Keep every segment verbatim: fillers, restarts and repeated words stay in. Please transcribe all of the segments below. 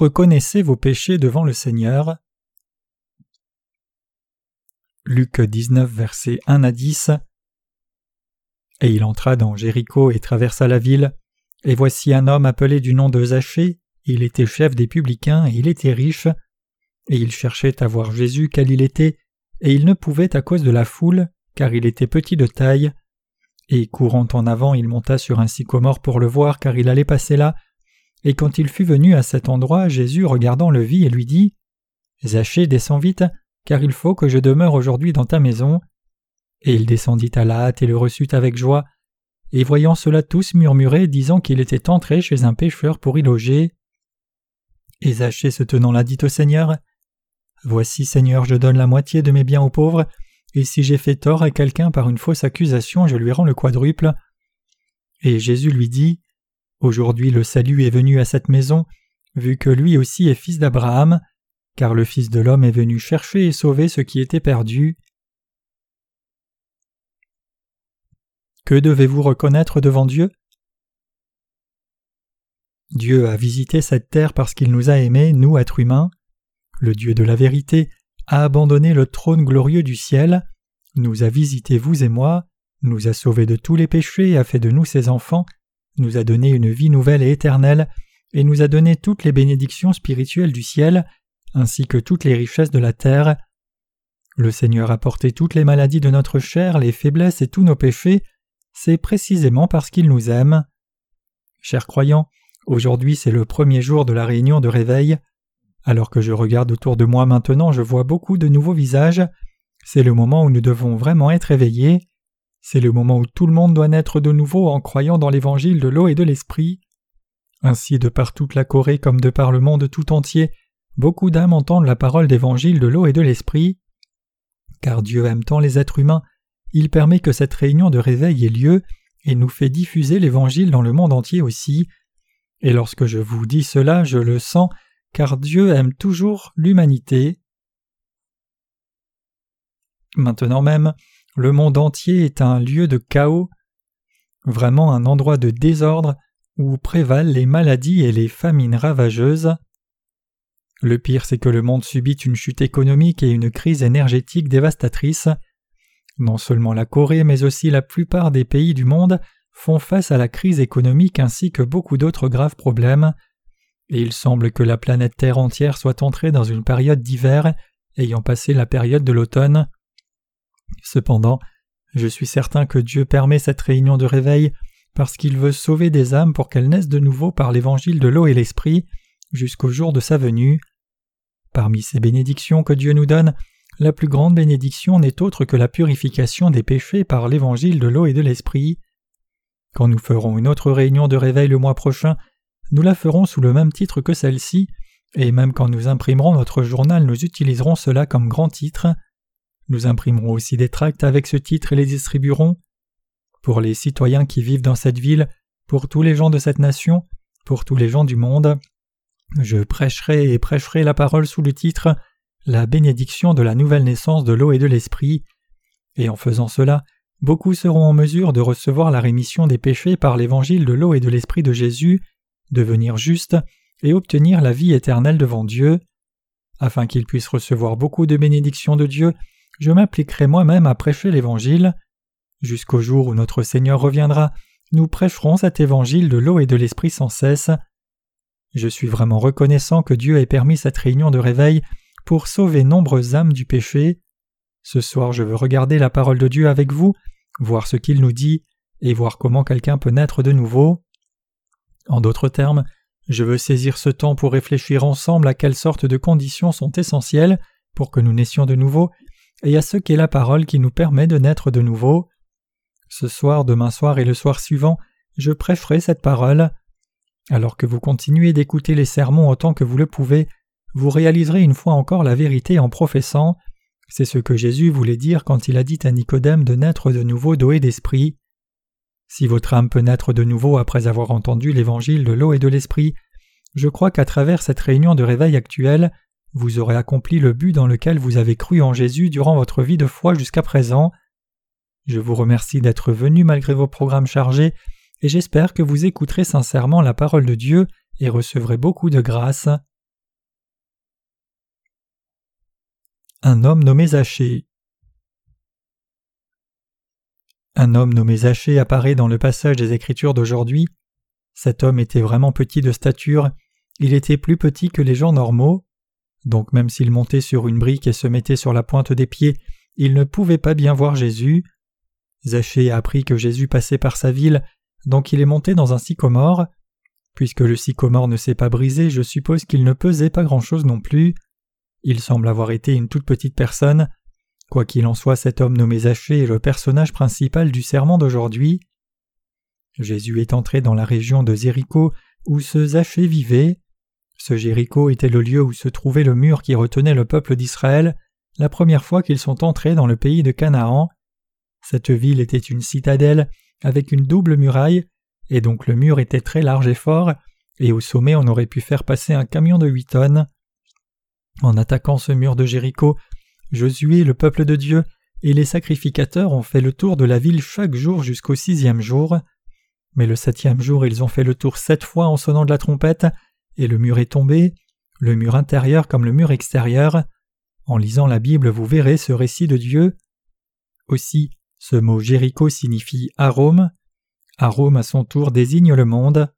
reconnaissez vos péchés devant le Seigneur. Luc dix-neuf, versets un à dix. Et il entra dans Jéricho et traversa la ville, et voici un homme appelé du nom de Zachée, il était chef des publicains et il était riche, et il cherchait à voir Jésus quel il était, et il ne pouvait à cause de la foule, car il était petit de taille. Et courant en avant, il monta sur un sycomore pour le voir, car il allait passer là. Et quand il fut venu à cet endroit, Jésus, regardant, le vit et lui dit : « Zachée, descends vite, car il faut que je demeure aujourd'hui dans ta maison. » Et il descendit à la hâte et le reçut avec joie. Et voyant cela, tous murmuraient, disant qu'il était entré chez un pécheur pour y loger. Et Zachée se tenant là dit au Seigneur : « Voici, Seigneur, je donne la moitié de mes biens aux pauvres, et si j'ai fait tort à quelqu'un par une fausse accusation, je lui rends le quadruple. » Et Jésus lui dit : « Aujourd'hui le salut est venu à cette maison, vu que lui aussi est fils d'Abraham, car le Fils de l'homme est venu chercher et sauver ce qui était perdu. » Que devez-vous reconnaître devant Dieu ? Dieu a visité cette terre parce qu'il nous a aimés, nous, êtres humains. Le Dieu de la vérité a abandonné le trône glorieux du ciel, nous a visités vous et moi, nous a sauvés de tous les péchés et a fait de nous ses enfants, nous a donné une vie nouvelle et éternelle, et nous a donné toutes les bénédictions spirituelles du ciel, ainsi que toutes les richesses de la terre. Le Seigneur a porté toutes les maladies de notre chair, les faiblesses et tous nos péchés, c'est précisément parce qu'il nous aime. Chers croyants, aujourd'hui c'est le premier jour de la réunion de réveil. Alors que je regarde autour de moi maintenant, je vois beaucoup de nouveaux visages. C'est le moment où nous devons vraiment être éveillés. C'est le moment où tout le monde doit naître de nouveau en croyant dans l'évangile de l'eau et de l'esprit. Ainsi, de par toute la Corée comme de par le monde tout entier, beaucoup d'âmes entendent la parole d'évangile de l'eau et de l'esprit. Car Dieu aime tant les êtres humains, il permet que cette réunion de réveil ait lieu et nous fait diffuser l'évangile dans le monde entier aussi. Et lorsque je vous dis cela, je le sens, car Dieu aime toujours l'humanité. Maintenant même, le monde entier est un lieu de chaos, vraiment un endroit de désordre où prévalent les maladies et les famines ravageuses. Le pire, c'est que le monde subit une chute économique et une crise énergétique dévastatrice. Non seulement la Corée, mais aussi la plupart des pays du monde font face à la crise économique ainsi que beaucoup d'autres graves problèmes. Et il semble que la planète Terre entière soit entrée dans une période d'hiver, ayant passé la période de l'automne. Cependant, je suis certain que Dieu permet cette réunion de réveil parce qu'il veut sauver des âmes pour qu'elles naissent de nouveau par l'évangile de l'eau et l'esprit jusqu'au jour de sa venue. Parmi ces bénédictions que Dieu nous donne, la plus grande bénédiction n'est autre que la purification des péchés par l'évangile de l'eau et de l'esprit. Quand nous ferons une autre réunion de réveil le mois prochain, nous la ferons sous le même titre que celle-ci, et même quand nous imprimerons notre journal, nous utiliserons cela comme grand titre. Nous imprimerons aussi des tracts avec ce titre et les distribuerons. Pour les citoyens qui vivent dans cette ville, pour tous les gens de cette nation, pour tous les gens du monde, je prêcherai et prêcherai la parole sous le titre « La bénédiction de la nouvelle naissance de l'eau et de l'esprit ». Et en faisant cela, beaucoup seront en mesure de recevoir la rémission des péchés par l'évangile de l'eau et de l'esprit de Jésus, devenir justes et obtenir la vie éternelle devant Dieu. Afin qu'ils puissent recevoir beaucoup de bénédictions de Dieu, je m'appliquerai moi-même à prêcher l'Évangile. Jusqu'au jour où notre Seigneur reviendra, nous prêcherons cet Évangile de l'eau et de l'Esprit sans cesse. Je suis vraiment reconnaissant que Dieu ait permis cette réunion de réveil pour sauver nombreuses âmes du péché. Ce soir, je veux regarder la parole de Dieu avec vous, voir ce qu'il nous dit, et voir comment quelqu'un peut naître de nouveau. En d'autres termes, je veux saisir ce temps pour réfléchir ensemble à quelles sortes de conditions sont essentielles pour que nous naissions de nouveau, et à ce qu'est la parole qui nous permet de naître de nouveau. Ce soir, demain soir et le soir suivant, je prêcherai cette parole. Alors que vous continuez d'écouter les sermons autant que vous le pouvez, vous réaliserez une fois encore la vérité en professant. C'est ce que Jésus voulait dire quand il a dit à Nicodème de naître de nouveau d'eau et d'esprit. Si votre âme peut naître de nouveau après avoir entendu l'évangile de l'eau et de l'esprit, je crois qu'à travers cette réunion de réveil actuelle, vous aurez accompli le but dans lequel vous avez cru en Jésus durant votre vie de foi jusqu'à présent. Je vous remercie d'être venu malgré vos programmes chargés, et j'espère que vous écouterez sincèrement la parole de Dieu et recevrez beaucoup de grâce. Un homme nommé Zachée. Un homme nommé Zachée apparaît dans le passage des Écritures d'aujourd'hui. Cet homme était vraiment petit de stature, il était plus petit que les gens normaux, donc même s'il montait sur une brique et se mettait sur la pointe des pieds, il ne pouvait pas bien voir Jésus. Zachée a appris que Jésus passait par sa ville, donc il est monté dans un sycomore. Puisque le sycomore ne s'est pas brisé, je suppose qu'il ne pesait pas grand-chose non plus. Il semble avoir été une toute petite personne. Quoi qu'il en soit, cet homme nommé Zachée est le personnage principal du sermon d'aujourd'hui. Jésus est entré dans la région de Jéricho où ce Zachée vivait. Ce Jéricho était le lieu où se trouvait le mur qui retenait le peuple d'Israël la première fois qu'ils sont entrés dans le pays de Canaan. Cette ville était une citadelle avec une double muraille, et donc le mur était très large et fort, et au sommet on aurait pu faire passer un camion de huit tonnes. En attaquant ce mur de Jéricho, Josué, le peuple de Dieu, et les sacrificateurs ont fait le tour de la ville chaque jour jusqu'au sixième jour. Mais le septième jour, ils ont fait le tour sept fois en sonnant de la trompette, et le mur est tombé, le mur intérieur comme le mur extérieur. En lisant la Bible, vous verrez ce récit de Dieu. Aussi, ce mot Jéricho signifie arôme. Arôme à son tour désigne le monde.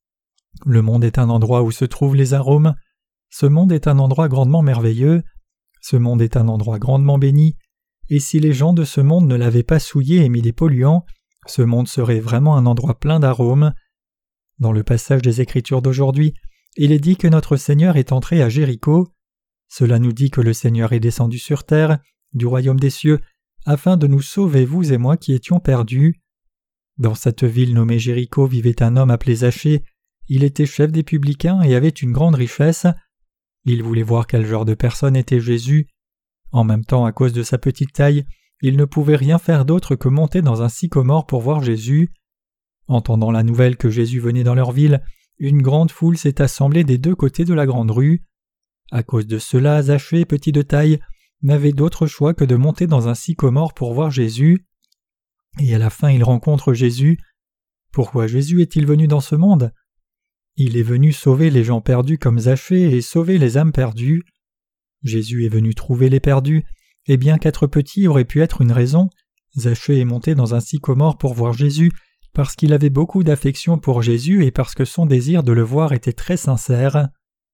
Le monde est un endroit où se trouvent les arômes. Ce monde est un endroit grandement merveilleux. Ce monde est un endroit grandement béni. Et si les gens de ce monde ne l'avaient pas souillé et mis des polluants, ce monde serait vraiment un endroit plein d'arômes. Dans le passage des Écritures d'aujourd'hui, il est dit que notre Seigneur est entré à Jéricho. Cela nous dit que le Seigneur est descendu sur terre, du royaume des cieux, afin de nous sauver, vous et moi qui étions perdus. Dans cette ville nommée Jéricho vivait un homme appelé Zachée. Il était chef des publicains et avait une grande richesse. Il voulait voir quel genre de personne était Jésus. En même temps, à cause de sa petite taille, il ne pouvait rien faire d'autre que monter dans un sycomore pour voir Jésus. Entendant la nouvelle que Jésus venait dans leur ville, une grande foule s'est assemblée des deux côtés de la grande rue. À cause de cela, Zachée, petit de taille, n'avait d'autre choix que de monter dans un sycomore pour voir Jésus. Et à la fin, il rencontre Jésus. Pourquoi Jésus est-il venu dans ce monde ? Il est venu sauver les gens perdus comme Zachée et sauver les âmes perdues. Jésus est venu trouver les perdus, et bien qu'être petit aurait pu être une raison, Zachée est monté dans un sycomore pour voir Jésus parce qu'il avait beaucoup d'affection pour Jésus et parce que son désir de le voir était très sincère.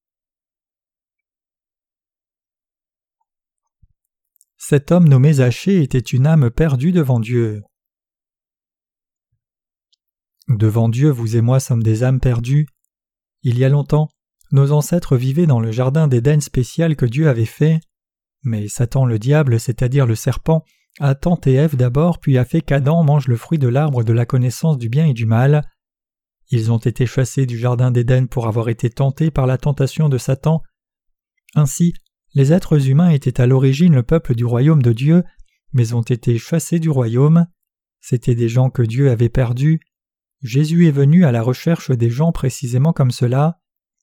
Cet homme nommé Zachée était une âme perdue devant Dieu. Devant Dieu, vous et moi sommes des âmes perdues. Il y a longtemps, nos ancêtres vivaient dans le jardin d'Éden spécial que Dieu avait fait. Mais Satan le diable, c'est-à-dire le serpent, a tenté Ève d'abord, puis a fait qu'Adam mange le fruit de l'arbre de la connaissance du bien et du mal. Ils ont été chassés du jardin d'Éden pour avoir été tentés par la tentation de Satan. Ainsi, les êtres humains étaient à l'origine le peuple du royaume de Dieu, mais ont été chassés du royaume. C'étaient des gens que Dieu avait perdus. Jésus est venu à la recherche des gens précisément comme cela.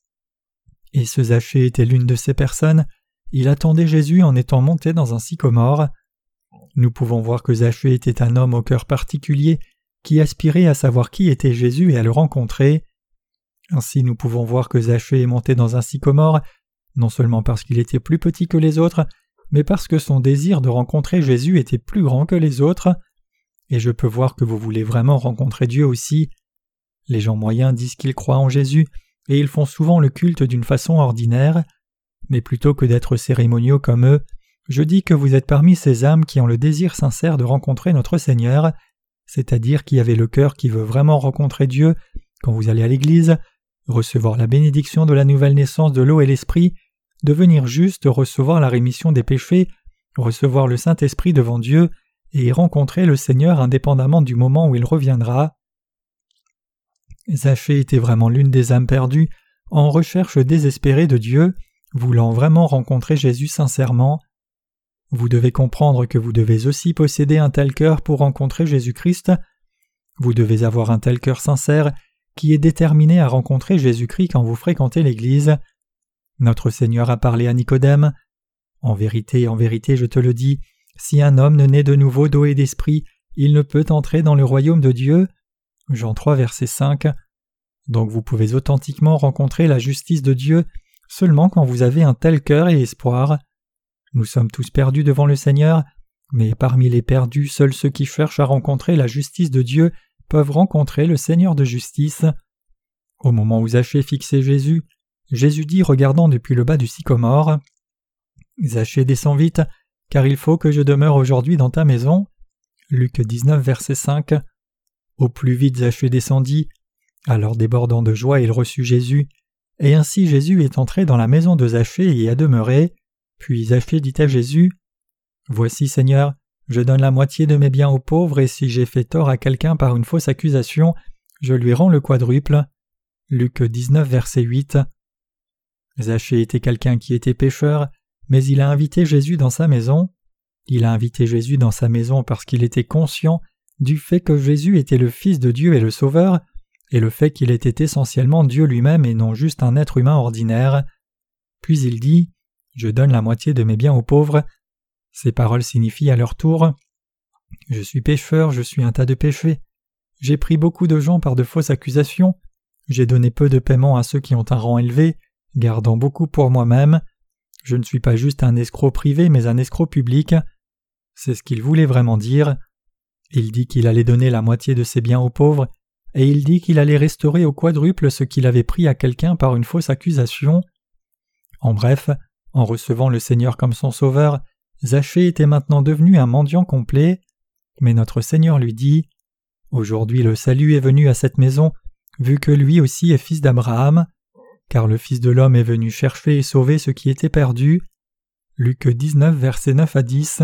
Et ce Zachée était l'une de ces personnes. Il attendait Jésus en étant monté dans un sycomore. Nous pouvons voir que Zachée était un homme au cœur particulier qui aspirait à savoir qui était Jésus et à le rencontrer. Ainsi nous pouvons voir que Zachée est monté dans un sycomore, non seulement parce qu'il était plus petit que les autres, mais parce que son désir de rencontrer Jésus était plus grand que les autres. Et je peux voir que vous voulez vraiment rencontrer Dieu aussi. Les gens moyens disent qu'ils croient en Jésus, et ils font souvent le culte d'une façon ordinaire. Mais plutôt que d'être cérémoniaux comme eux, je dis que vous êtes parmi ces âmes qui ont le désir sincère de rencontrer notre Seigneur, c'est-à-dire qui avez le cœur qui veut vraiment rencontrer Dieu quand vous allez à l'église, recevoir la bénédiction de la nouvelle naissance de l'eau et l'esprit, devenir juste, recevoir la rémission des péchés, recevoir le Saint-Esprit devant Dieu et rencontrer le Seigneur indépendamment du moment où il reviendra. Zachée était vraiment l'une des âmes perdues, en recherche désespérée de Dieu, voulant vraiment rencontrer Jésus sincèrement. Vous devez comprendre que vous devez aussi posséder un tel cœur pour rencontrer Jésus-Christ. Vous devez avoir un tel cœur sincère qui est déterminé à rencontrer Jésus-Christ quand vous fréquentez l'Église. Notre Seigneur a parlé à Nicodème. En vérité, en vérité, je te le dis, si un homme ne naît de nouveau d'eau et d'esprit, il ne peut entrer dans le royaume de Dieu. Jean trois, verset cinq. Donc vous pouvez authentiquement rencontrer la justice de Dieu seulement quand vous avez un tel cœur et espoir. Nous sommes tous perdus devant le Seigneur, mais parmi les perdus, seuls ceux qui cherchent à rencontrer la justice de Dieu peuvent rencontrer le Seigneur de justice. Au moment où Zachée fixait Jésus, Jésus dit, regardant depuis le bas du sycomore, « Zachée, descends vite, car il faut que je demeure aujourd'hui dans ta maison. » Luc dix-neuf, verset cinq. Au plus vite Zachée descendit, alors débordant de joie il reçut Jésus, et ainsi Jésus est entré dans la maison de Zachée et y a demeuré. Puis Zachée dit à Jésus, « Voici, Seigneur, je donne la moitié de mes biens aux pauvres, et si j'ai fait tort à quelqu'un par une fausse accusation, je lui rends le quadruple. » Luc dix-neuf, verset huit. Zachée était quelqu'un qui était pécheur, mais il a invité Jésus dans sa maison. Il a invité Jésus dans sa maison parce qu'il était conscient du fait que Jésus était le Fils de Dieu et le Sauveur, et le fait qu'il était essentiellement Dieu lui-même et non juste un être humain ordinaire. Puis il dit « Je donne la moitié de mes biens aux pauvres ». Ces paroles signifient à leur tour « Je suis pécheur, je suis un tas de péchés. J'ai pris beaucoup de gens par de fausses accusations. J'ai donné peu de paiement à ceux qui ont un rang élevé, gardant beaucoup pour moi-même. Je ne suis pas juste un escroc privé, mais un escroc public. » C'est ce qu'il voulait vraiment dire. Il dit qu'il allait donner la moitié de ses biens aux pauvres, et il dit qu'il allait restaurer au quadruple ce qu'il avait pris à quelqu'un par une fausse accusation. En bref, en recevant le Seigneur comme son sauveur, Zachée était maintenant devenu un mendiant complet. Mais notre Seigneur lui dit « Aujourd'hui le salut est venu à cette maison, vu que lui aussi est fils d'Abraham, car le Fils de l'homme est venu chercher et sauver ce qui était perdu. » Luc dix-neuf, versets neuf à dix.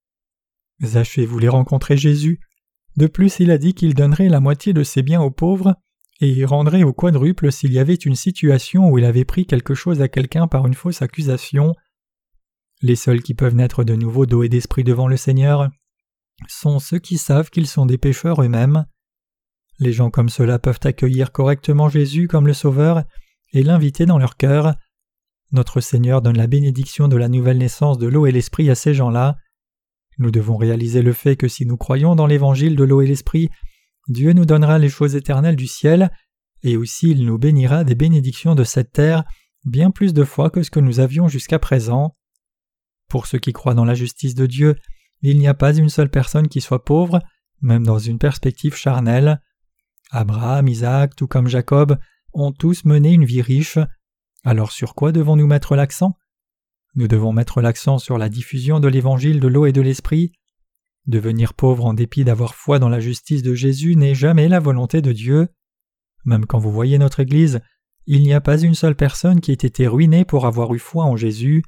Zachée voulait rencontrer Jésus. De plus, il a dit qu'il donnerait la moitié de ses biens aux pauvres et rendrait au quadruple s'il y avait une situation où il avait pris quelque chose à quelqu'un par une fausse accusation. Les seuls qui peuvent naître de nouveau d'eau et d'esprit devant le Seigneur sont ceux qui savent qu'ils sont des pécheurs eux-mêmes. Les gens comme ceux-là peuvent accueillir correctement Jésus comme le Sauveur et l'inviter dans leur cœur. Notre Seigneur donne la bénédiction de la nouvelle naissance de l'eau et l'esprit à ces gens-là. Nous devons réaliser le fait que si nous croyons dans l'évangile de l'eau et l'esprit, Dieu nous donnera les choses éternelles du ciel, et aussi il nous bénira des bénédictions de cette terre bien plus de fois que ce que nous avions jusqu'à présent. Pour ceux qui croient dans la justice de Dieu, il n'y a pas une seule personne qui soit pauvre, même dans une perspective charnelle. Abraham, Isaac, tout comme Jacob, ont tous mené une vie riche. Alors sur quoi devons-nous mettre l'accent ? Nous devons mettre l'accent sur la diffusion de l'évangile de l'eau et de l'esprit. Devenir pauvre en dépit d'avoir foi dans la justice de Jésus n'est jamais la volonté de Dieu. Même quand vous voyez notre Église, il n'y a pas une seule personne qui ait été ruinée pour avoir eu foi en Jésus.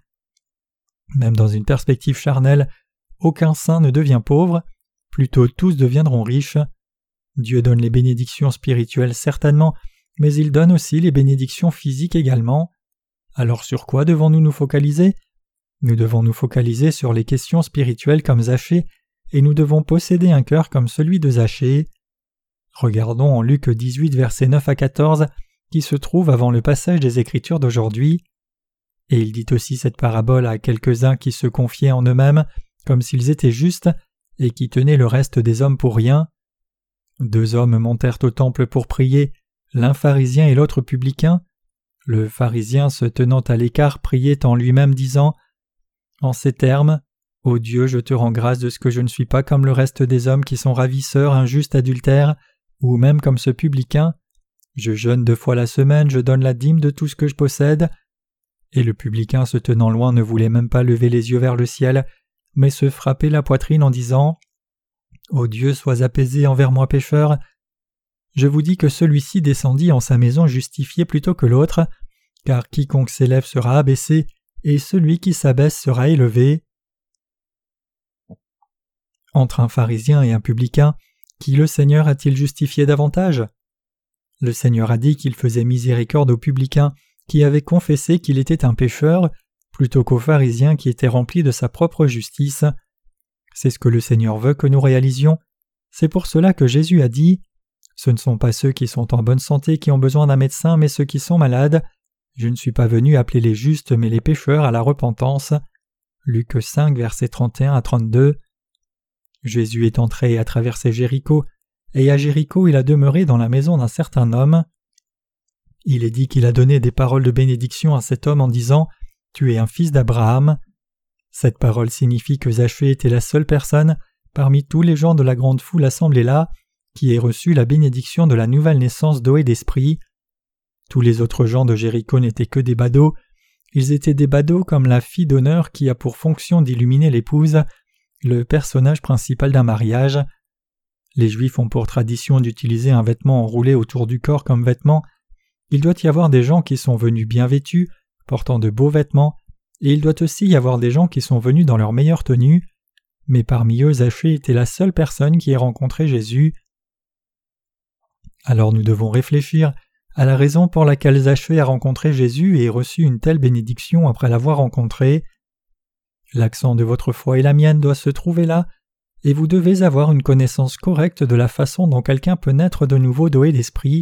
Même dans une perspective charnelle, aucun saint ne devient pauvre, plutôt tous deviendront riches. Dieu donne les bénédictions spirituelles certainement, mais il donne aussi les bénédictions physiques également. Alors sur quoi devons-nous nous focaliser ? Nous devons nous focaliser sur les questions spirituelles comme Zachée, et nous devons posséder un cœur comme celui de Zachée. Regardons en Luc dix-huit, versets neuf à quatorze, qui se trouve avant le passage des Écritures d'aujourd'hui. Et il dit aussi cette parabole à quelques-uns qui se confiaient en eux-mêmes comme s'ils étaient justes, et qui tenaient le reste des hommes pour rien. Deux hommes montèrent au temple pour prier, l'un pharisien et l'autre publicain. Le pharisien, se tenant à l'écart, priait en lui-même, disant « En ces termes, ô Dieu, je te rends grâce de ce que je ne suis pas comme le reste des hommes qui sont ravisseurs, injustes, adultères, ou même comme ce publicain. Je jeûne deux fois la semaine, je donne la dîme de tout ce que je possède. » Et le publicain, se tenant loin, ne voulait même pas lever les yeux vers le ciel, mais se frappait la poitrine en disant « Ô Dieu, sois apaisé envers moi pécheur. » Je vous dis que celui-ci descendit en sa maison justifié plutôt que l'autre, car quiconque s'élève sera abaissé, et celui qui s'abaisse sera élevé. Entre un pharisien et un publicain, qui le Seigneur a-t-il justifié davantage ? Le Seigneur a dit qu'il faisait miséricorde au publicain qui avait confessé qu'il était un pécheur, plutôt qu'au pharisien qui était rempli de sa propre justice. C'est ce que le Seigneur veut que nous réalisions. C'est pour cela que Jésus a dit « Ce ne sont pas ceux qui sont en bonne santé qui ont besoin d'un médecin, mais ceux qui sont malades. Je ne suis pas venu appeler les justes, mais les pécheurs à la repentance. » Luc cinq, versets trente et un à trente-deux. Jésus est entré et a traversé Jéricho, et à Jéricho il a demeuré dans la maison d'un certain homme. Il est dit qu'il a donné des paroles de bénédiction à cet homme en disant « Tu es un fils d'Abraham ». Cette parole signifie que Zachée était la seule personne, parmi tous les gens de la grande foule assemblés là, qui ait reçu la bénédiction de la nouvelle naissance d'eau et d'esprit. Tous les autres gens de Jéricho n'étaient que des badauds. Ils étaient des badauds comme la fille d'honneur qui a pour fonction d'illuminer l'épouse, le personnage principal d'un mariage. Les Juifs ont pour tradition d'utiliser un vêtement enroulé autour du corps comme vêtement. Il doit y avoir des gens qui sont venus bien vêtus, portant de beaux vêtements, et il doit aussi y avoir des gens qui sont venus dans leur meilleure tenue. Mais parmi eux, Zachée était la seule personne qui ait rencontré Jésus. Alors nous devons réfléchir à la raison pour laquelle Zachée a rencontré Jésus et reçu une telle bénédiction après l'avoir rencontré. L'accent de votre foi et la mienne doit se trouver là, et vous devez avoir une connaissance correcte de la façon dont quelqu'un peut naître de nouveau d'eau et d'esprit.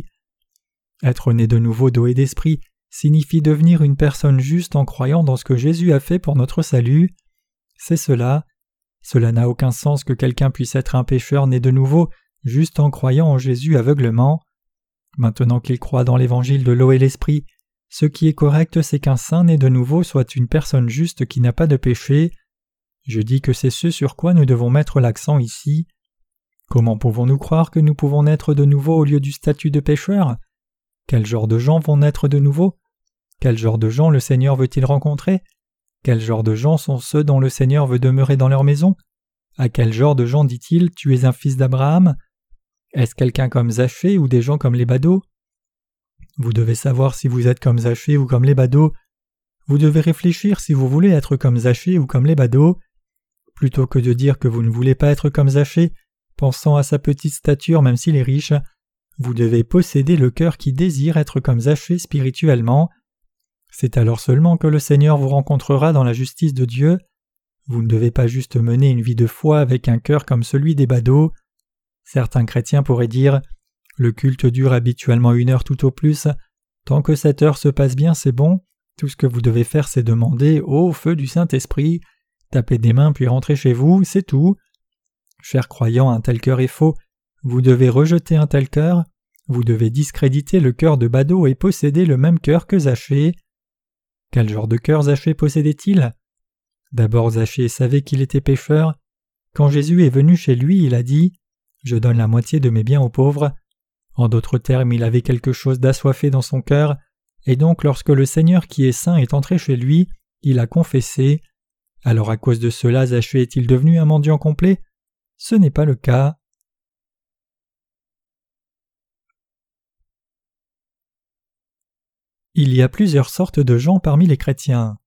Être né de nouveau d'eau et d'esprit signifie devenir une personne juste en croyant dans ce que Jésus a fait pour notre salut. C'est cela. Cela n'a aucun sens que quelqu'un puisse être un pécheur né de nouveau juste en croyant en Jésus aveuglement. Maintenant qu'il croit dans l'évangile de l'eau et l'esprit, ce qui est correct, c'est qu'un saint né de nouveau soit une personne juste qui n'a pas de péché. Je dis que c'est ce sur quoi nous devons mettre l'accent ici. Comment pouvons-nous croire que nous pouvons naître de nouveau au lieu du statut de pécheur? Quel genre de gens vont naître de nouveau? Quel genre de gens le Seigneur veut-il rencontrer? Quel genre de gens sont ceux dont le Seigneur veut demeurer dans leur maison? À quel genre de gens dit-il « Tu es un fils d'Abraham » ? Est-ce quelqu'un comme Zachée ou des gens comme les badauds? Vous devez savoir si vous êtes comme Zachée ou comme les badauds. Vous devez réfléchir si vous voulez être comme Zachée ou comme les badauds. Plutôt que de dire que vous ne voulez pas être comme Zachée, pensant à sa petite stature même s'il est riche, vous devez posséder le cœur qui désire être comme Zachée spirituellement. C'est alors seulement que le Seigneur vous rencontrera dans la justice de Dieu. Vous ne devez pas juste mener une vie de foi avec un cœur comme celui des badauds. Certains chrétiens pourraient dire « Le culte dure habituellement une heure tout au plus. Tant que cette heure se passe bien, c'est bon. Tout ce que vous devez faire, c'est demander « Ô feu du Saint-Esprit !» Taper des mains puis rentrer chez vous, c'est tout. » Chers croyants, un tel cœur est faux. Vous devez rejeter un tel cœur. Vous devez discréditer le cœur de Bado et posséder le même cœur que Zachée. Quel genre de cœur Zachée possédait-il? D'abord, Zachée savait qu'il était pécheur. Quand Jésus est venu chez lui, il a dit « Je donne la moitié de mes biens aux pauvres ». En d'autres termes, il avait quelque chose d'assoiffé dans son cœur, et donc lorsque le Seigneur qui est saint est entré chez lui, il a confessé. Alors à cause de cela, Zachée est-il devenu un mendiant complet? Ce n'est pas le cas. Il y a plusieurs sortes de gens parmi les chrétiens.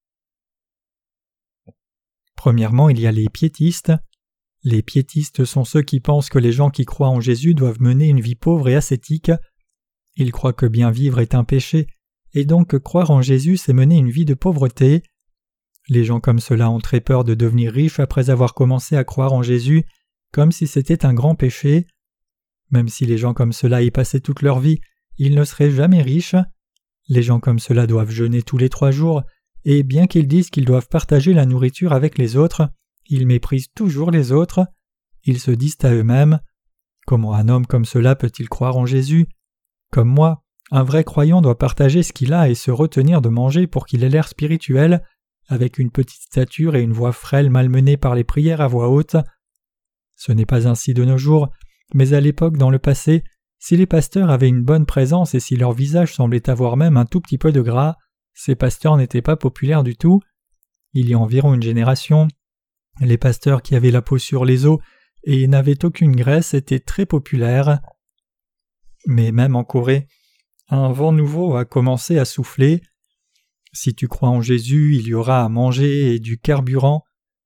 Premièrement, il y a les piétistes. Les piétistes sont ceux qui pensent que les gens qui croient en Jésus doivent mener une vie pauvre et ascétique. Ils croient que bien vivre est un péché, et donc que croire en Jésus c'est mener une vie de pauvreté. Les gens comme cela ont très peur de devenir riches après avoir commencé à croire en Jésus, comme si c'était un grand péché. Même si les gens comme cela y passaient toute leur vie, ils ne seraient jamais riches. Les gens comme cela doivent jeûner tous les trois jours, et bien qu'ils disent qu'ils doivent partager la nourriture avec les autres, ils méprisent toujours les autres. Ils se disent à eux-mêmes « Comment un homme comme cela peut-il croire en Jésus? Comme moi, un vrai croyant doit partager ce qu'il a et se retenir de manger pour qu'il ait l'air spirituel, avec une petite stature et une voix frêle malmenée par les prières à voix haute. » Ce n'est pas ainsi de nos jours, mais à l'époque dans le passé, si les pasteurs avaient une bonne présence et si leur visage semblait avoir même un tout petit peu de gras, ces pasteurs n'étaient pas populaires du tout. Il y a environ une génération, les pasteurs qui avaient la peau sur les os et n'avaient aucune graisse étaient très populaires. Mais même en Corée, un vent nouveau a commencé à souffler. Si tu crois en Jésus, il y aura à manger et du carburant.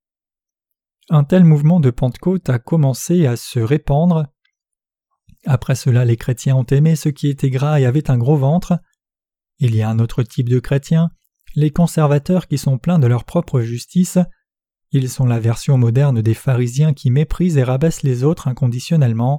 Un tel mouvement de Pentecôte a commencé à se répandre. Après cela, les chrétiens ont aimé ceux qui étaient gras et avaient un gros ventre. Il y a un autre type de chrétiens, les conservateurs qui sont pleins de leur propre justice. Ils sont la version moderne des pharisiens qui méprisent et rabaissent les autres inconditionnellement.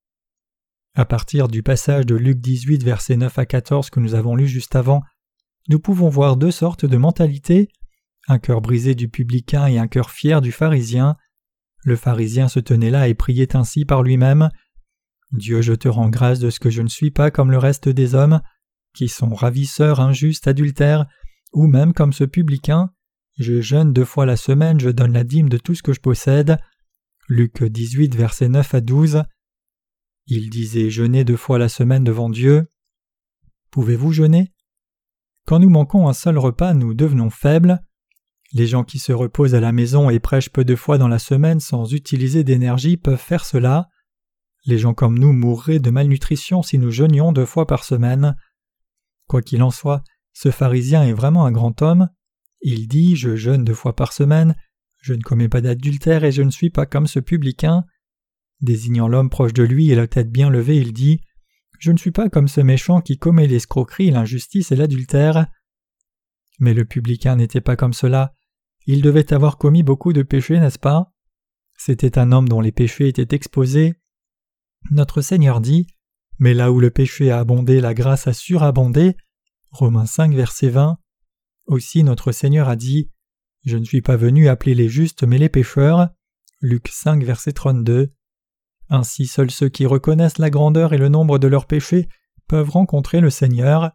À partir du passage de Luc dix-huit, versets neuf à quatorze que nous avons lu juste avant, nous pouvons voir deux sortes de mentalités, un cœur brisé du publicain et un cœur fier du pharisien. Le pharisien se tenait là et priait ainsi par lui-même « Dieu, je te rends grâce de ce que je ne suis pas comme le reste des hommes, qui sont ravisseurs, injustes, adultères, ou même comme ce publicain. Je jeûne deux fois la semaine, je donne la dîme de tout ce que je possède. Luc dix-huit, versets neuf à douze. Il disait jeûner deux fois la semaine devant Dieu. Pouvez-vous jeûner? Quand nous manquons un seul repas, nous devenons faibles. Les gens qui se reposent à la maison et prêchent peu de fois dans la semaine sans utiliser d'énergie peuvent faire cela. Les gens comme nous mourraient de malnutrition si nous jeûnions deux fois par semaine. Quoi qu'il en soit, ce pharisien est vraiment un grand homme. Il dit « Je jeûne deux fois par semaine, je ne commets pas d'adultère et je ne suis pas comme ce publicain ». Désignant l'homme proche de lui et la tête bien levée, il dit « Je ne suis pas comme ce méchant qui commet l'escroquerie, l'injustice et l'adultère ». Mais le publicain n'était pas comme cela. Il devait avoir commis beaucoup de péchés, n'est-ce pas? C'était un homme dont les péchés étaient exposés. Notre Seigneur dit « Mais là où le péché a abondé, la grâce a surabondé » Romains cinq, verset vingt. Aussi notre Seigneur a dit « Je ne suis pas venu appeler les justes mais les pécheurs » Luc cinq, verset trente-deux. Ainsi seuls ceux qui reconnaissent la grandeur et le nombre de leurs péchés peuvent rencontrer le Seigneur.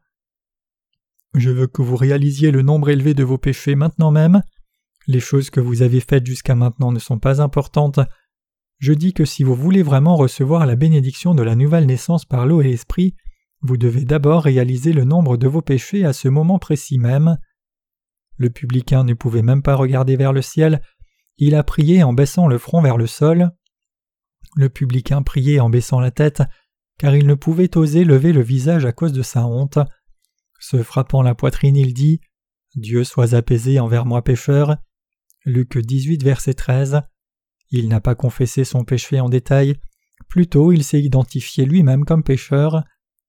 Je veux que vous réalisiez le nombre élevé de vos péchés maintenant même. Les choses que vous avez faites jusqu'à maintenant ne sont pas importantes. Je dis que si vous voulez vraiment recevoir la bénédiction de la nouvelle naissance par l'eau et l'esprit, vous devez d'abord réaliser le nombre de vos péchés à ce moment précis même. Le publicain ne pouvait même pas regarder vers le ciel, il a prié en baissant le front vers le sol. Le publicain priait en baissant la tête, car il ne pouvait oser lever le visage à cause de sa honte. Se frappant la poitrine, il dit « Dieu sois apaisé envers moi pécheur ». Luc dix-huit, verset treize. Il n'a pas confessé son péché en détail, plutôt il s'est identifié lui-même comme pécheur.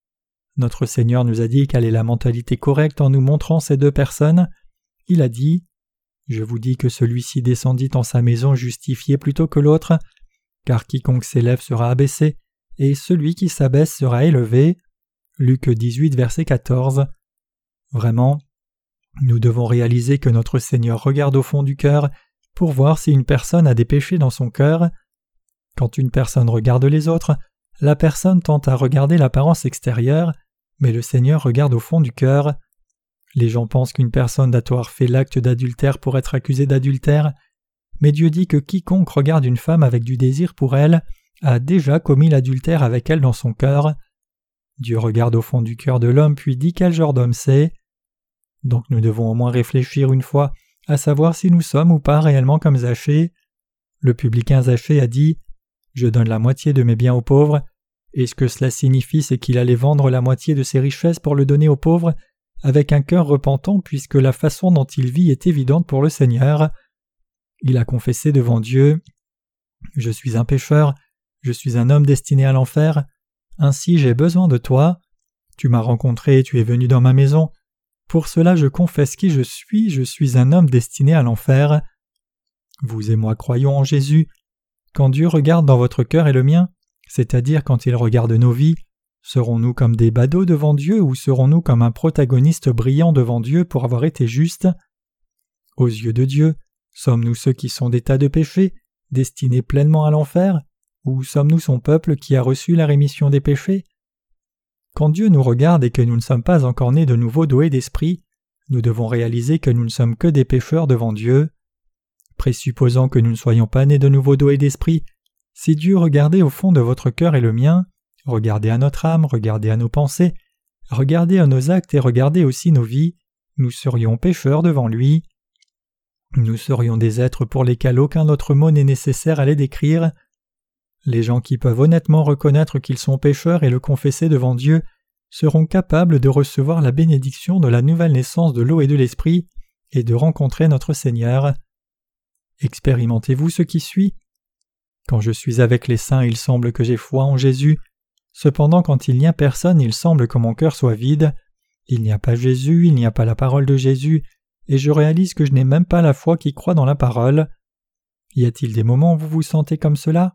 Notre Seigneur nous a dit quelle est la mentalité correcte en nous montrant ces deux personnes. Il a dit « Je vous dis que celui-ci descendit en sa maison justifié plutôt que l'autre, car quiconque s'élève sera abaissé, et celui qui s'abaisse sera élevé. » Luc dix-huit, verset quatorze. Vraiment, nous devons réaliser que notre Seigneur regarde au fond du cœur pour voir si une personne a des péchés dans son cœur. Quand une personne regarde les autres, la personne tente à regarder l'apparence extérieure, mais le Seigneur regarde au fond du cœur. Les gens pensent qu'une personne doit avoir fait l'acte d'adultère pour être accusée d'adultère, mais Dieu dit que quiconque regarde une femme avec du désir pour elle a déjà commis l'adultère avec elle dans son cœur. Dieu regarde au fond du cœur de l'homme puis dit quel genre d'homme c'est. Donc nous devons au moins réfléchir une fois à savoir si nous sommes ou pas réellement comme Zachée. Le publicain Zachée a dit « Je donne la moitié de mes biens aux pauvres ». Et ce que cela signifie, c'est qu'il allait vendre la moitié de ses richesses pour le donner aux pauvres, avec un cœur repentant puisque la façon dont il vit est évidente pour le Seigneur. Il a confessé devant Dieu « Je suis un pécheur, je suis un homme destiné à l'enfer, ainsi j'ai besoin de toi. Tu m'as rencontré et tu es venu dans ma maison. Pour cela je confesse qui je suis, je suis un homme destiné à l'enfer. » Vous et moi croyons en Jésus. Quand Dieu regarde dans votre cœur et le mien, c'est-à-dire quand il regarde nos vies, serons-nous comme des badauds devant Dieu ou serons-nous comme un protagoniste brillant devant Dieu pour avoir été justes? Aux yeux de Dieu, sommes-nous ceux qui sont des tas de péchés, destinés pleinement à l'enfer, ou sommes-nous son peuple qui a reçu la rémission des péchés? Quand Dieu nous regarde et que nous ne sommes pas encore nés de nouveau d'eau et d'esprit, nous devons réaliser que nous ne sommes que des pécheurs devant Dieu. Présupposant que nous ne soyons pas nés de nouveau d'eau et d'esprit, si Dieu regardait au fond de votre cœur et le mien, regardez à notre âme, regardez à nos pensées, regardez à nos actes et regardez aussi nos vies, nous serions pécheurs devant lui. Nous serions des êtres pour lesquels aucun autre mot n'est nécessaire à les décrire. Les gens qui peuvent honnêtement reconnaître qu'ils sont pécheurs et le confesser devant Dieu seront capables de recevoir la bénédiction de la nouvelle naissance de l'eau et de l'esprit et de rencontrer notre Seigneur. Expérimentez-vous ce qui suit? Quand je suis avec les saints, il semble que j'ai foi en Jésus. Cependant, quand il n'y a personne, il semble que mon cœur soit vide. Il n'y a pas Jésus, il n'y a pas la parole de Jésus, et je réalise que je n'ai même pas la foi qui croit dans la parole. Y a-t-il des moments où vous vous sentez comme cela?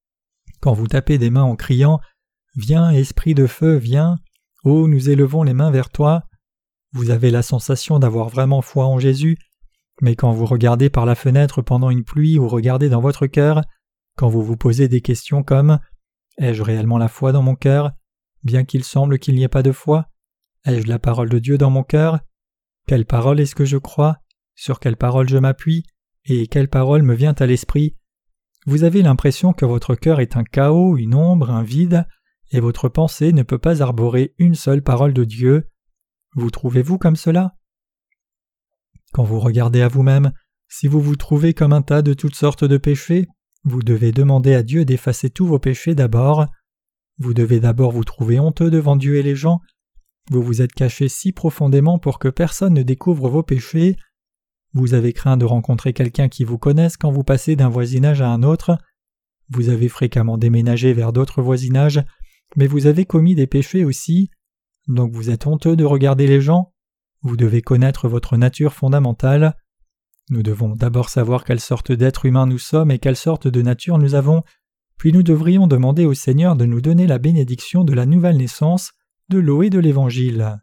Quand vous tapez des mains en criant « Viens, esprit de feu, viens !» « Oh, nous élevons les mains vers toi !» Vous avez la sensation d'avoir vraiment foi en Jésus, mais quand vous regardez par la fenêtre pendant une pluie ou regardez dans votre cœur, quand vous vous posez des questions comme « Ai-je réellement la foi dans mon cœur, bien qu'il semble qu'il n'y ait pas de foi? Ai-je la parole de Dieu dans mon cœur? Quelle parole est-ce que je crois? sur quelle parole je m'appuie et quelle parole me vient à l'esprit. Vous avez l'impression que votre cœur est un chaos, une ombre, un vide, et votre pensée ne peut pas arborer une seule parole de Dieu. Vous trouvez-vous comme cela? Quand vous regardez à vous-même, si vous vous trouvez comme un tas de toutes sortes de péchés, vous devez demander à Dieu d'effacer tous vos péchés d'abord. Vous devez d'abord vous trouver honteux devant Dieu et les gens. Vous vous êtes caché si profondément pour que personne ne découvre vos péchés. Vous avez craint de rencontrer quelqu'un qui vous connaisse quand vous passez d'un voisinage à un autre. Vous avez fréquemment déménagé vers d'autres voisinages, mais vous avez commis des péchés aussi. Donc vous êtes honteux de regarder les gens. Vous devez connaître votre nature fondamentale. Nous devons d'abord savoir quelle sorte d'être humain nous sommes et quelle sorte de nature nous avons, puis nous devrions demander au Seigneur de nous donner la bénédiction de la nouvelle naissance, de l'eau et de l'Évangile.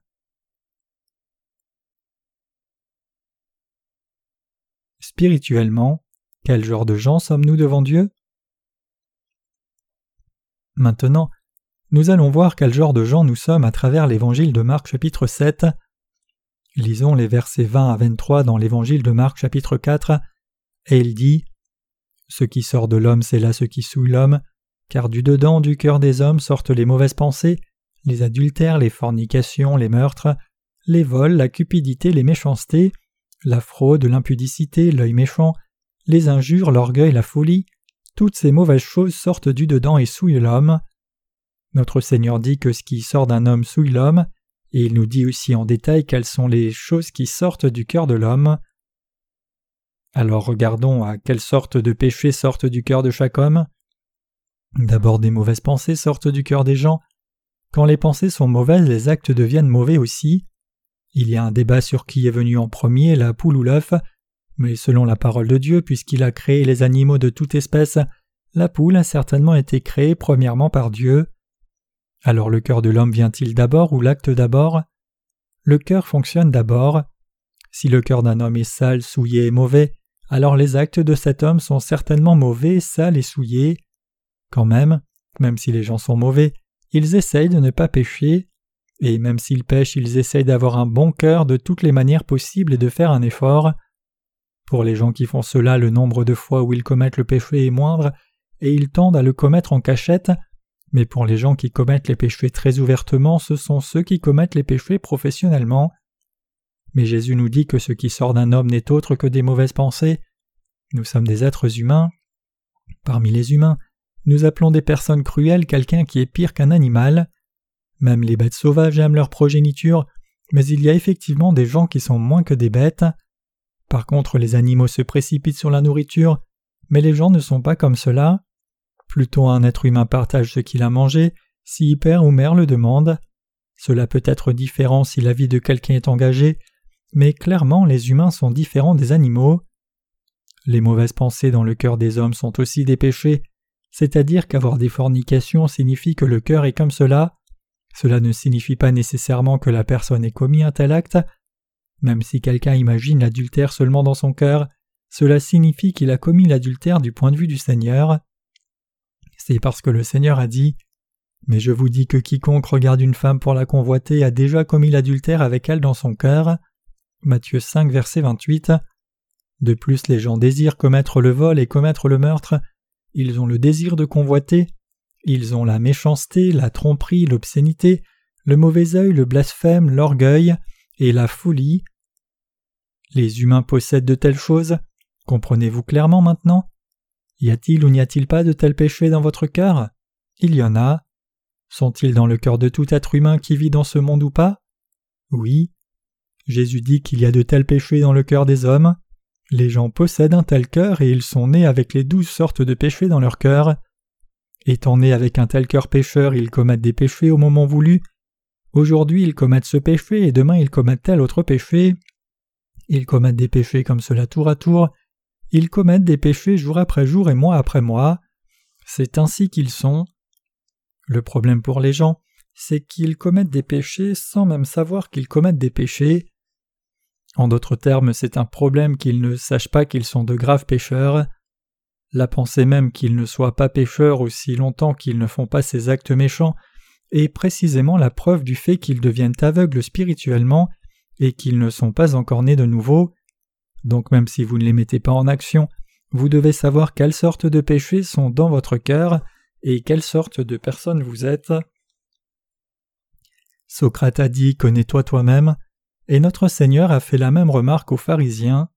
Spirituellement, quel genre de gens sommes-nous devant Dieu? Maintenant, nous allons voir quel genre de gens nous sommes à travers l'Évangile de Marc chapitre sept. Lisons les versets vingt à vingt-trois dans l'Évangile de Marc chapitre quatre, et il dit « Ce qui sort de l'homme, c'est là ce qui souille l'homme, car du dedans du cœur des hommes sortent les mauvaises pensées, les adultères, les fornications, les meurtres, les vols, la cupidité, les méchancetés, la fraude, l'impudicité, l'œil méchant, les injures, l'orgueil, la folie, toutes ces mauvaises choses sortent du dedans et souillent l'homme. » Notre Seigneur dit que ce qui sort d'un homme souille l'homme, et il nous dit aussi en détail quelles sont les choses qui sortent du cœur de l'homme. Alors regardons à quelle sorte de péchés sortent du cœur de chaque homme. D'abord, des mauvaises pensées sortent du cœur des gens. Quand les pensées sont mauvaises, les actes deviennent mauvais aussi. Il y a un débat sur qui est venu en premier, la poule ou l'œuf, mais selon la parole de Dieu, puisqu'il a créé les animaux de toute espèce, la poule a certainement été créée premièrement par Dieu. Alors le cœur de l'homme vient-il d'abord ou l'acte d'abord? Le cœur fonctionne d'abord. Si le cœur d'un homme est sale, souillé et mauvais, alors les actes de cet homme sont certainement mauvais, sales et souillés. Quand même, même si les gens sont mauvais, ils essayent de ne pas pécher, et même s'ils pêchent, ils essayent d'avoir un bon cœur de toutes les manières possibles et de faire un effort. Pour les gens qui font cela, le nombre de fois où ils commettent le péché est moindre, et ils tendent à le commettre en cachette. Mais pour les gens qui commettent les péchés très ouvertement, ce sont ceux qui commettent les péchés professionnellement. Mais Jésus nous dit que ce qui sort d'un homme n'est autre que des mauvaises pensées. Nous sommes des êtres humains. Parmi les humains, nous appelons des personnes cruelles quelqu'un qui est pire qu'un animal. Même les bêtes sauvages aiment leur progéniture, mais il y a effectivement des gens qui sont moins que des bêtes. Par contre, les animaux se précipitent sur la nourriture, mais les gens ne sont pas comme cela. Plutôt un être humain partage ce qu'il a mangé, si père ou mère le demande. Cela peut être différent si la vie de quelqu'un est engagée, mais clairement les humains sont différents des animaux. Les mauvaises pensées dans le cœur des hommes sont aussi des péchés, c'est-à-dire qu'avoir des fornications signifie que le cœur est comme cela. Cela ne signifie pas nécessairement que la personne ait commis un tel acte. Même si quelqu'un imagine l'adultère seulement dans son cœur, cela signifie qu'il a commis l'adultère du point de vue du Seigneur. C'est parce que le Seigneur a dit « Mais je vous dis que quiconque regarde une femme pour la convoiter a déjà commis l'adultère avec elle dans son cœur. » Matthieu cinq, verset vingt-huit. De plus, les gens désirent commettre le vol et commettre le meurtre. Ils ont le désir de convoiter. Ils ont la méchanceté, la tromperie, l'obscénité, le mauvais œil, le blasphème, l'orgueil et la folie. Les humains possèdent de telles choses. Comprenez-vous clairement maintenant? Y a-t-il ou n'y a-t-il pas de tels péchés dans votre cœur? Il y en a. Sont-ils dans le cœur de tout être humain qui vit dans ce monde ou pas? Oui. Jésus dit qu'il y a de tels péchés dans le cœur des hommes. Les gens possèdent un tel cœur et ils sont nés avec les douze sortes de péchés dans leur cœur. Étant nés avec un tel cœur pécheur, ils commettent des péchés au moment voulu. Aujourd'hui, ils commettent ce péché et demain, ils commettent tel autre péché. Ils commettent des péchés comme cela tour à tour. Ils commettent des péchés jour après jour et mois après mois. C'est ainsi qu'ils sont. Le problème pour les gens, c'est qu'ils commettent des péchés sans même savoir qu'ils commettent des péchés. En d'autres termes, c'est un problème qu'ils ne sachent pas qu'ils sont de graves pécheurs. La pensée même qu'ils ne soient pas pécheurs aussi longtemps qu'ils ne font pas ces actes méchants est précisément la preuve du fait qu'ils deviennent aveugles spirituellement et qu'ils ne sont pas encore nés de nouveau. Donc même si vous ne les mettez pas en action, vous devez savoir quelles sortes de péchés sont dans votre cœur et quelle sorte de personne vous êtes. Socrate a dit « Connais-toi toi-même » et notre Seigneur a fait la même remarque aux pharisiens.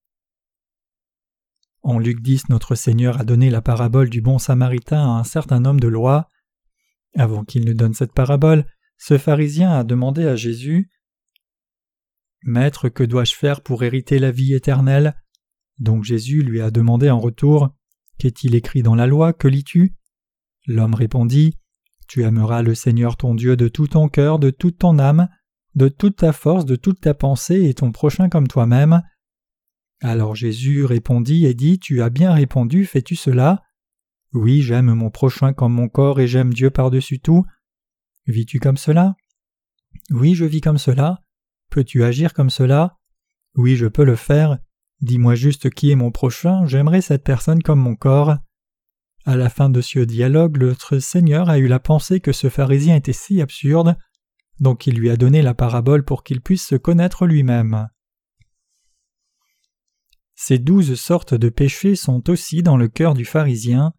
En Luc dix, notre Seigneur a donné la parabole du bon samaritain à un certain homme de loi. Avant qu'il ne donne cette parabole, ce pharisien a demandé à Jésus « Maître, que dois-je faire pour hériter la vie éternelle ?» Donc Jésus lui a demandé en retour « Qu'est-il écrit dans la loi? Que lis-tu » L'homme répondit « Tu aimeras le Seigneur ton Dieu de tout ton cœur, de toute ton âme, de toute ta force, de toute ta pensée et ton prochain comme toi-même. » Alors Jésus répondit et dit « Tu as bien répondu, fais-tu cela? Oui, j'aime mon prochain comme mon corps et j'aime Dieu par-dessus tout. Vis-tu comme cela? Oui, je vis comme cela. Peux-tu agir comme cela? Oui, je peux le faire. Dis-moi juste qui est mon prochain, j'aimerai cette personne comme mon corps. » À la fin de ce dialogue, notre Seigneur a eu la pensée que ce pharisien était si absurde, donc il lui a donné la parabole pour qu'il puisse se connaître lui-même. Ces douze sortes de péchés sont aussi dans le cœur du pharisien.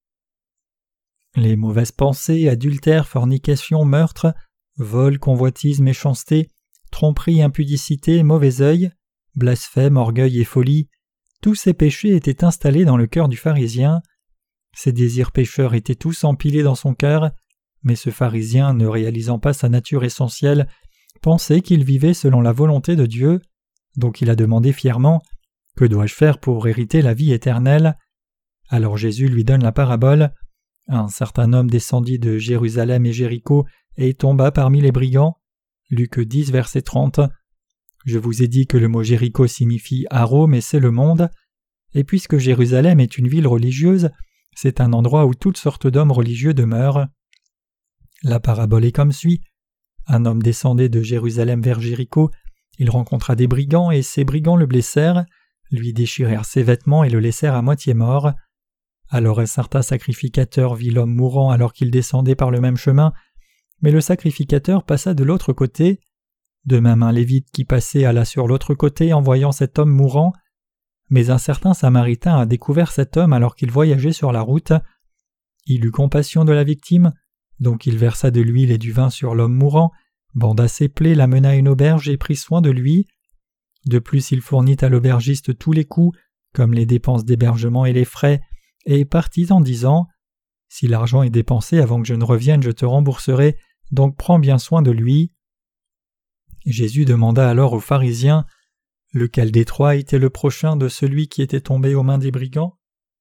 Les mauvaises pensées, adultère, fornication, meurtre, vol, convoitise, méchanceté, tromperie, impudicité, mauvais œil, blasphème, orgueil et folie, tous ces péchés étaient installés dans le cœur du pharisien. Ses désirs pécheurs étaient tous empilés dans son cœur, mais ce pharisien, ne réalisant pas sa nature essentielle, pensait qu'il vivait selon la volonté de Dieu, donc il a demandé fièrement « Que dois-je faire pour hériter la vie éternelle ?» Alors Jésus lui donne la parabole. Un certain homme descendit de Jérusalem et Jéricho et tomba parmi les brigands. Luc dix, verset trente. Je vous ai dit que le mot Jéricho signifie haro, mais c'est le monde. Et puisque Jérusalem est une ville religieuse, c'est un endroit où toutes sortes d'hommes religieux demeurent. La parabole est comme suit. Un homme descendait de Jérusalem vers Jéricho, il rencontra des brigands et ces brigands le blessèrent, lui déchirèrent ses vêtements et le laissèrent à moitié mort. Alors un certain sacrificateur vit l'homme mourant alors qu'il descendait par le même chemin, mais le sacrificateur passa de l'autre côté. De même un lévite qui passait alla sur l'autre côté en voyant cet homme mourant. Mais un certain Samaritain a découvert cet homme alors qu'il voyageait sur la route. Il eut compassion de la victime, donc il versa de l'huile et du vin sur l'homme mourant, banda ses plaies, l'amena à une auberge et prit soin de lui. De plus il fournit à l'aubergiste tous les coûts, comme les dépenses d'hébergement et les frais, et partit en disant « Si l'argent est dépensé avant que je ne revienne, je te rembourserai, donc prends bien soin de lui. » Jésus demanda alors aux pharisiens « Lequel des trois était le prochain de celui qui était tombé aux mains des brigands ?»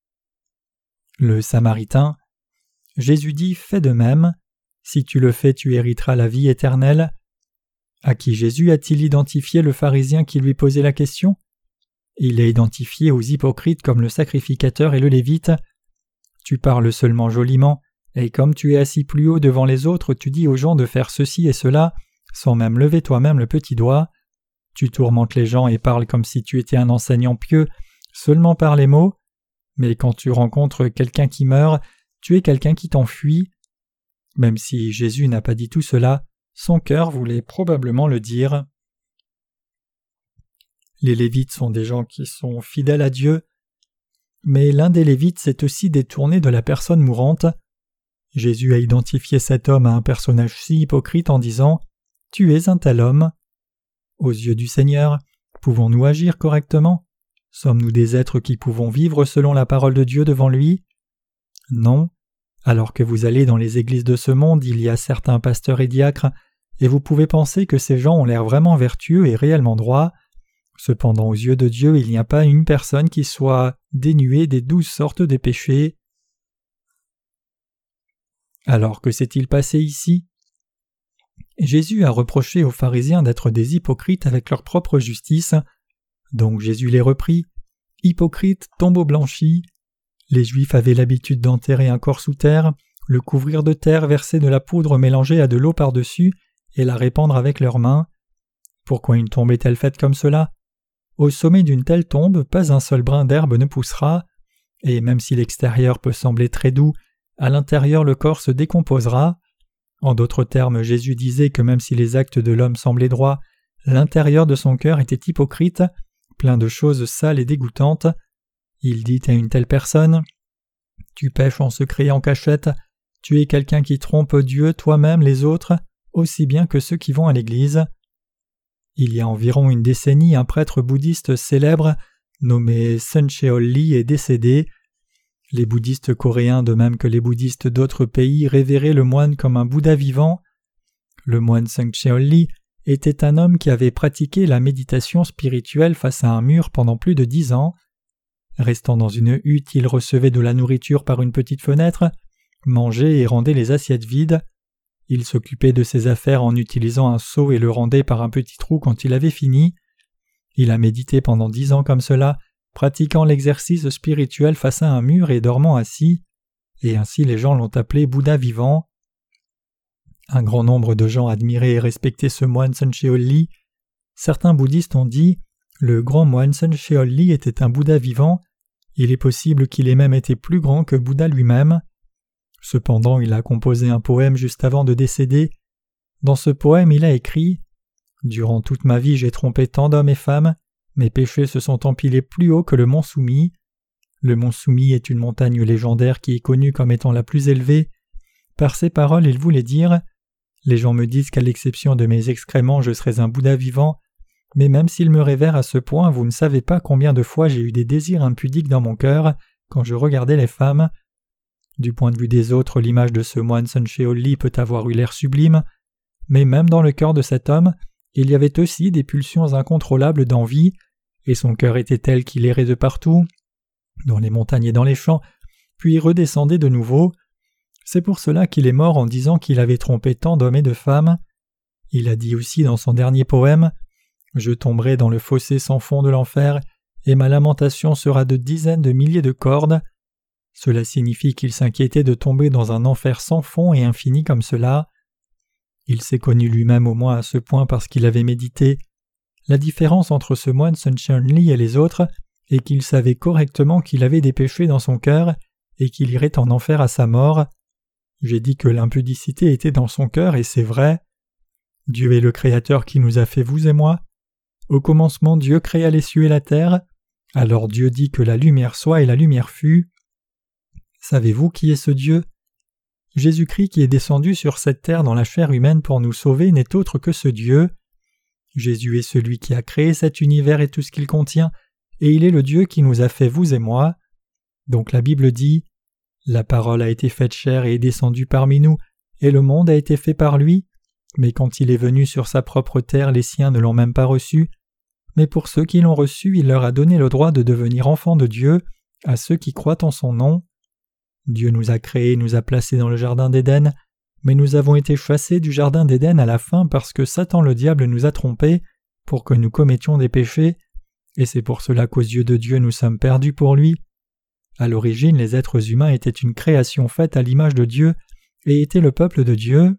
Le Samaritain. Jésus dit « Fais de même. Si tu le fais, tu hériteras la vie éternelle. » À qui Jésus a-t-il identifié le pharisien qui lui posait la question? Il est identifié aux hypocrites comme le sacrificateur et le lévite. Tu parles seulement joliment, et comme tu es assis plus haut devant les autres, tu dis aux gens de faire ceci et cela, sans même lever toi-même le petit doigt. Tu tourmentes les gens et parles comme si tu étais un enseignant pieux, seulement par les mots. Mais quand tu rencontres quelqu'un qui meurt, tu es quelqu'un qui t'enfuit. Même si Jésus n'a pas dit tout cela, son cœur voulait probablement le dire. Les Lévites sont des gens qui sont fidèles à Dieu, mais l'un des Lévites s'est aussi détourné de la personne mourante. Jésus a identifié cet homme à un personnage si hypocrite en disant « Tu es un tel homme ». Aux yeux du Seigneur, pouvons-nous agir correctement? Sommes-nous des êtres qui pouvons vivre selon la parole de Dieu devant lui? Non. Alors que vous allez dans les églises de ce monde, il y a certains pasteurs et diacres, et vous pouvez penser que ces gens ont l'air vraiment vertueux et réellement droits. Cependant, aux yeux de Dieu, il n'y a pas une personne qui soit dénuée des douze sortes de péchés. Alors que s'est-il passé ici? Jésus a reproché aux pharisiens d'être des hypocrites avec leur propre justice. Donc Jésus les reprit. « Hypocrites, tombeaux blanchis !» Les Juifs avaient l'habitude d'enterrer un corps sous terre, le couvrir de terre, verser de la poudre mélangée à de l'eau par-dessus et la répandre avec leurs mains. Pourquoi une tombe est-elle faite comme cela? Au sommet d'une telle tombe, pas un seul brin d'herbe ne poussera, et même si l'extérieur peut sembler très doux, à l'intérieur le corps se décomposera. En d'autres termes, Jésus disait que même si les actes de l'homme semblaient droits, l'intérieur de son cœur était hypocrite, plein de choses sales et dégoûtantes. Il dit à une telle personne « Tu pèches en secret et en cachette, tu es quelqu'un qui trompe Dieu, toi-même, les autres, aussi bien que ceux qui vont à l'église. » Il y a environ une décennie, un prêtre bouddhiste célèbre nommé Sun Cheol-li est décédé. Les bouddhistes coréens, de même que les bouddhistes d'autres pays, révéraient le moine comme un Bouddha vivant. Le moine Sun Cheol-li était un homme qui avait pratiqué la méditation spirituelle face à un mur pendant plus de dix ans. Restant dans une hutte, il recevait de la nourriture par une petite fenêtre, mangeait et rendait les assiettes vides. Il s'occupait de ses affaires en utilisant un seau et le rendait par un petit trou quand il avait fini. Il a médité pendant dix ans comme cela, pratiquant l'exercice spirituel face à un mur et dormant assis, et ainsi les gens l'ont appelé Bouddha vivant. Un grand nombre de gens admiraient et respectaient ce moine Sun Cheol-li. Certains bouddhistes ont dit « Le grand moine Sun Cheol-li était un Bouddha vivant, il est possible qu'il ait même été plus grand que Bouddha lui-même. » Cependant, il a composé un poème juste avant de décéder. Dans ce poème, il a écrit « Durant toute ma vie, j'ai trompé tant d'hommes et femmes, mes péchés se sont empilés plus haut que le mont Soumis. Le mont Soumis est une montagne légendaire qui est connue comme étant la plus élevée. Par ces paroles, il voulait dire « Les gens me disent qu'à l'exception de mes excréments, je serais un Bouddha vivant, mais même s'ils me révèrent à ce point, vous ne savez pas combien de fois j'ai eu des désirs impudiques dans mon cœur quand je regardais les femmes. » Du point de vue des autres, l'image de ce moine Sun Cheol-li peut avoir eu l'air sublime, mais même dans le cœur de cet homme, il y avait aussi des pulsions incontrôlables d'envie, et son cœur était tel qu'il errait de partout, dans les montagnes et dans les champs, puis redescendait de nouveau. C'est pour cela qu'il est mort en disant qu'il avait trompé tant d'hommes et de femmes. Il a dit aussi dans son dernier poème « Je tomberai dans le fossé sans fond de l'enfer, et ma lamentation sera de dizaines de milliers de cordes. » Cela signifie qu'il s'inquiétait de tomber dans un enfer sans fond et infini comme cela. Il s'est connu lui-même au moins à ce point parce qu'il avait médité. La différence entre ce moine Sun Cheol-li et les autres est qu'il savait correctement qu'il avait des péchés dans son cœur et qu'il irait en enfer à sa mort. J'ai dit que l'impudicité était dans son cœur et c'est vrai. Dieu est le Créateur qui nous a fait vous et moi. Au commencement, Dieu créa les cieux et la terre. Alors Dieu dit que la lumière soit et la lumière fut. Savez-vous qui est ce Dieu ? Jésus-Christ qui est descendu sur cette terre dans la chair humaine pour nous sauver n'est autre que ce Dieu. Jésus est celui qui a créé cet univers et tout ce qu'il contient, et il est le Dieu qui nous a fait vous et moi. Donc la Bible dit « La parole a été faite chair et est descendue parmi nous, et le monde a été fait par lui, mais quand il est venu sur sa propre terre, les siens ne l'ont même pas reçu. Mais pour ceux qui l'ont reçu, il leur a donné le droit de devenir enfants de Dieu, à ceux qui croient en son nom. Dieu nous a créés et nous a placés dans le jardin d'Éden, mais nous avons été chassés du jardin d'Éden à la fin parce que Satan le diable nous a trompés pour que nous commettions des péchés, et c'est pour cela qu'aux yeux de Dieu nous sommes perdus pour lui. À l'origine, les êtres humains étaient une création faite à l'image de Dieu et étaient le peuple de Dieu.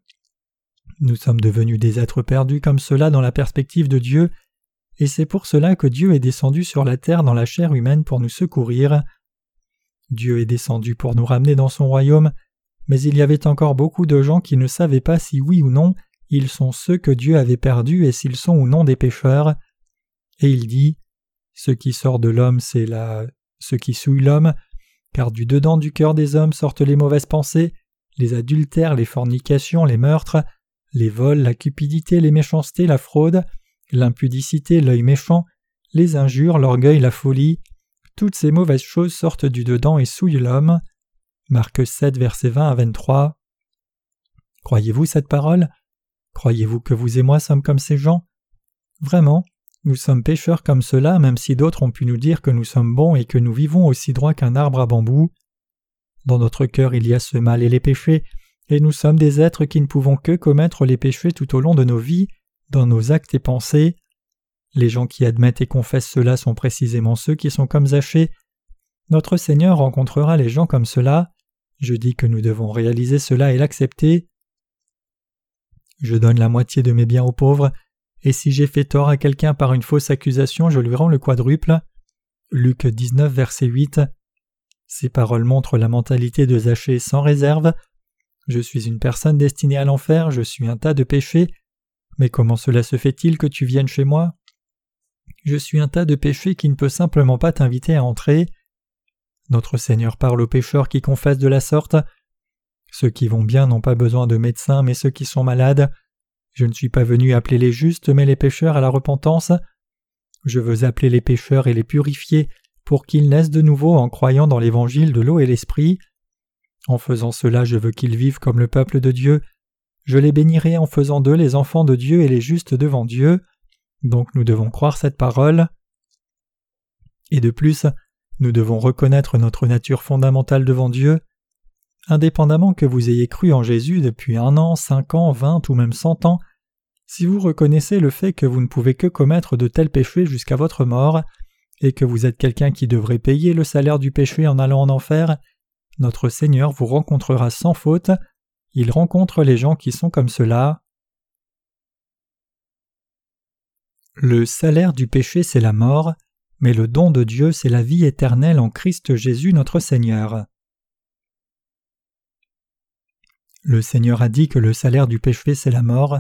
Nous sommes devenus des êtres perdus comme cela dans la perspective de Dieu, et c'est pour cela que Dieu est descendu sur la terre dans la chair humaine pour nous secourir. Dieu est descendu pour nous ramener dans son royaume, mais il y avait encore beaucoup de gens qui ne savaient pas si oui ou non ils sont ceux que Dieu avait perdus et s'ils sont ou non des pécheurs. Et il dit « Ce qui sort de l'homme, c'est la... ce qui souille l'homme, car du dedans du cœur des hommes sortent les mauvaises pensées, les adultères, les fornications, les meurtres, les vols, la cupidité, les méchancetés, la fraude, l'impudicité, l'œil méchant, les injures, l'orgueil, la folie. Toutes ces mauvaises choses sortent du dedans et souillent l'homme. » Marc sept, versets vingt à vingt-trois. Croyez-vous cette parole ? Croyez-vous que vous et moi sommes comme ces gens ? Vraiment, nous sommes pécheurs comme cela, même si d'autres ont pu nous dire que nous sommes bons et que nous vivons aussi droit qu'un arbre à bambou. Dans notre cœur, il y a ce mal et les péchés, et nous sommes des êtres qui ne pouvons que commettre les péchés tout au long de nos vies, dans nos actes et pensées. Les gens qui admettent et confessent cela sont précisément ceux qui sont comme Zachée. Notre Seigneur rencontrera les gens comme cela. Je dis que nous devons réaliser cela et l'accepter. Je donne la moitié de mes biens aux pauvres, et si j'ai fait tort à quelqu'un par une fausse accusation, je lui rends le quadruple. Luc dix-neuf, verset huit. Ces paroles montrent la mentalité de Zachée sans réserve. Je suis une personne destinée à l'enfer, je suis un tas de péchés. Mais comment cela se fait-il que tu viennes chez moi ? Je suis un tas de péchés qui ne peut simplement pas t'inviter à entrer. Notre Seigneur parle aux pécheurs qui confessent de la sorte. Ceux qui vont bien n'ont pas besoin de médecins, mais ceux qui sont malades. Je ne suis pas venu appeler les justes, mais les pécheurs à la repentance. Je veux appeler les pécheurs et les purifier pour qu'ils naissent de nouveau en croyant dans l'évangile de l'eau et l'esprit. En faisant cela, je veux qu'ils vivent comme le peuple de Dieu. Je les bénirai en faisant d'eux les enfants de Dieu et les justes devant Dieu. Donc nous devons croire cette parole. Et de plus, nous devons reconnaître notre nature fondamentale devant Dieu. Indépendamment que vous ayez cru en Jésus depuis un an, cinq ans, vingt ou même cent ans, si vous reconnaissez le fait que vous ne pouvez que commettre de tels péchés jusqu'à votre mort, et que vous êtes quelqu'un qui devrait payer le salaire du péché en allant en enfer, notre Seigneur vous rencontrera sans faute. Il rencontre les gens qui sont comme cela. Le salaire du péché, c'est la mort, mais le don de Dieu, c'est la vie éternelle en Christ Jésus notre Seigneur. Le Seigneur a dit que le salaire du péché, c'est la mort.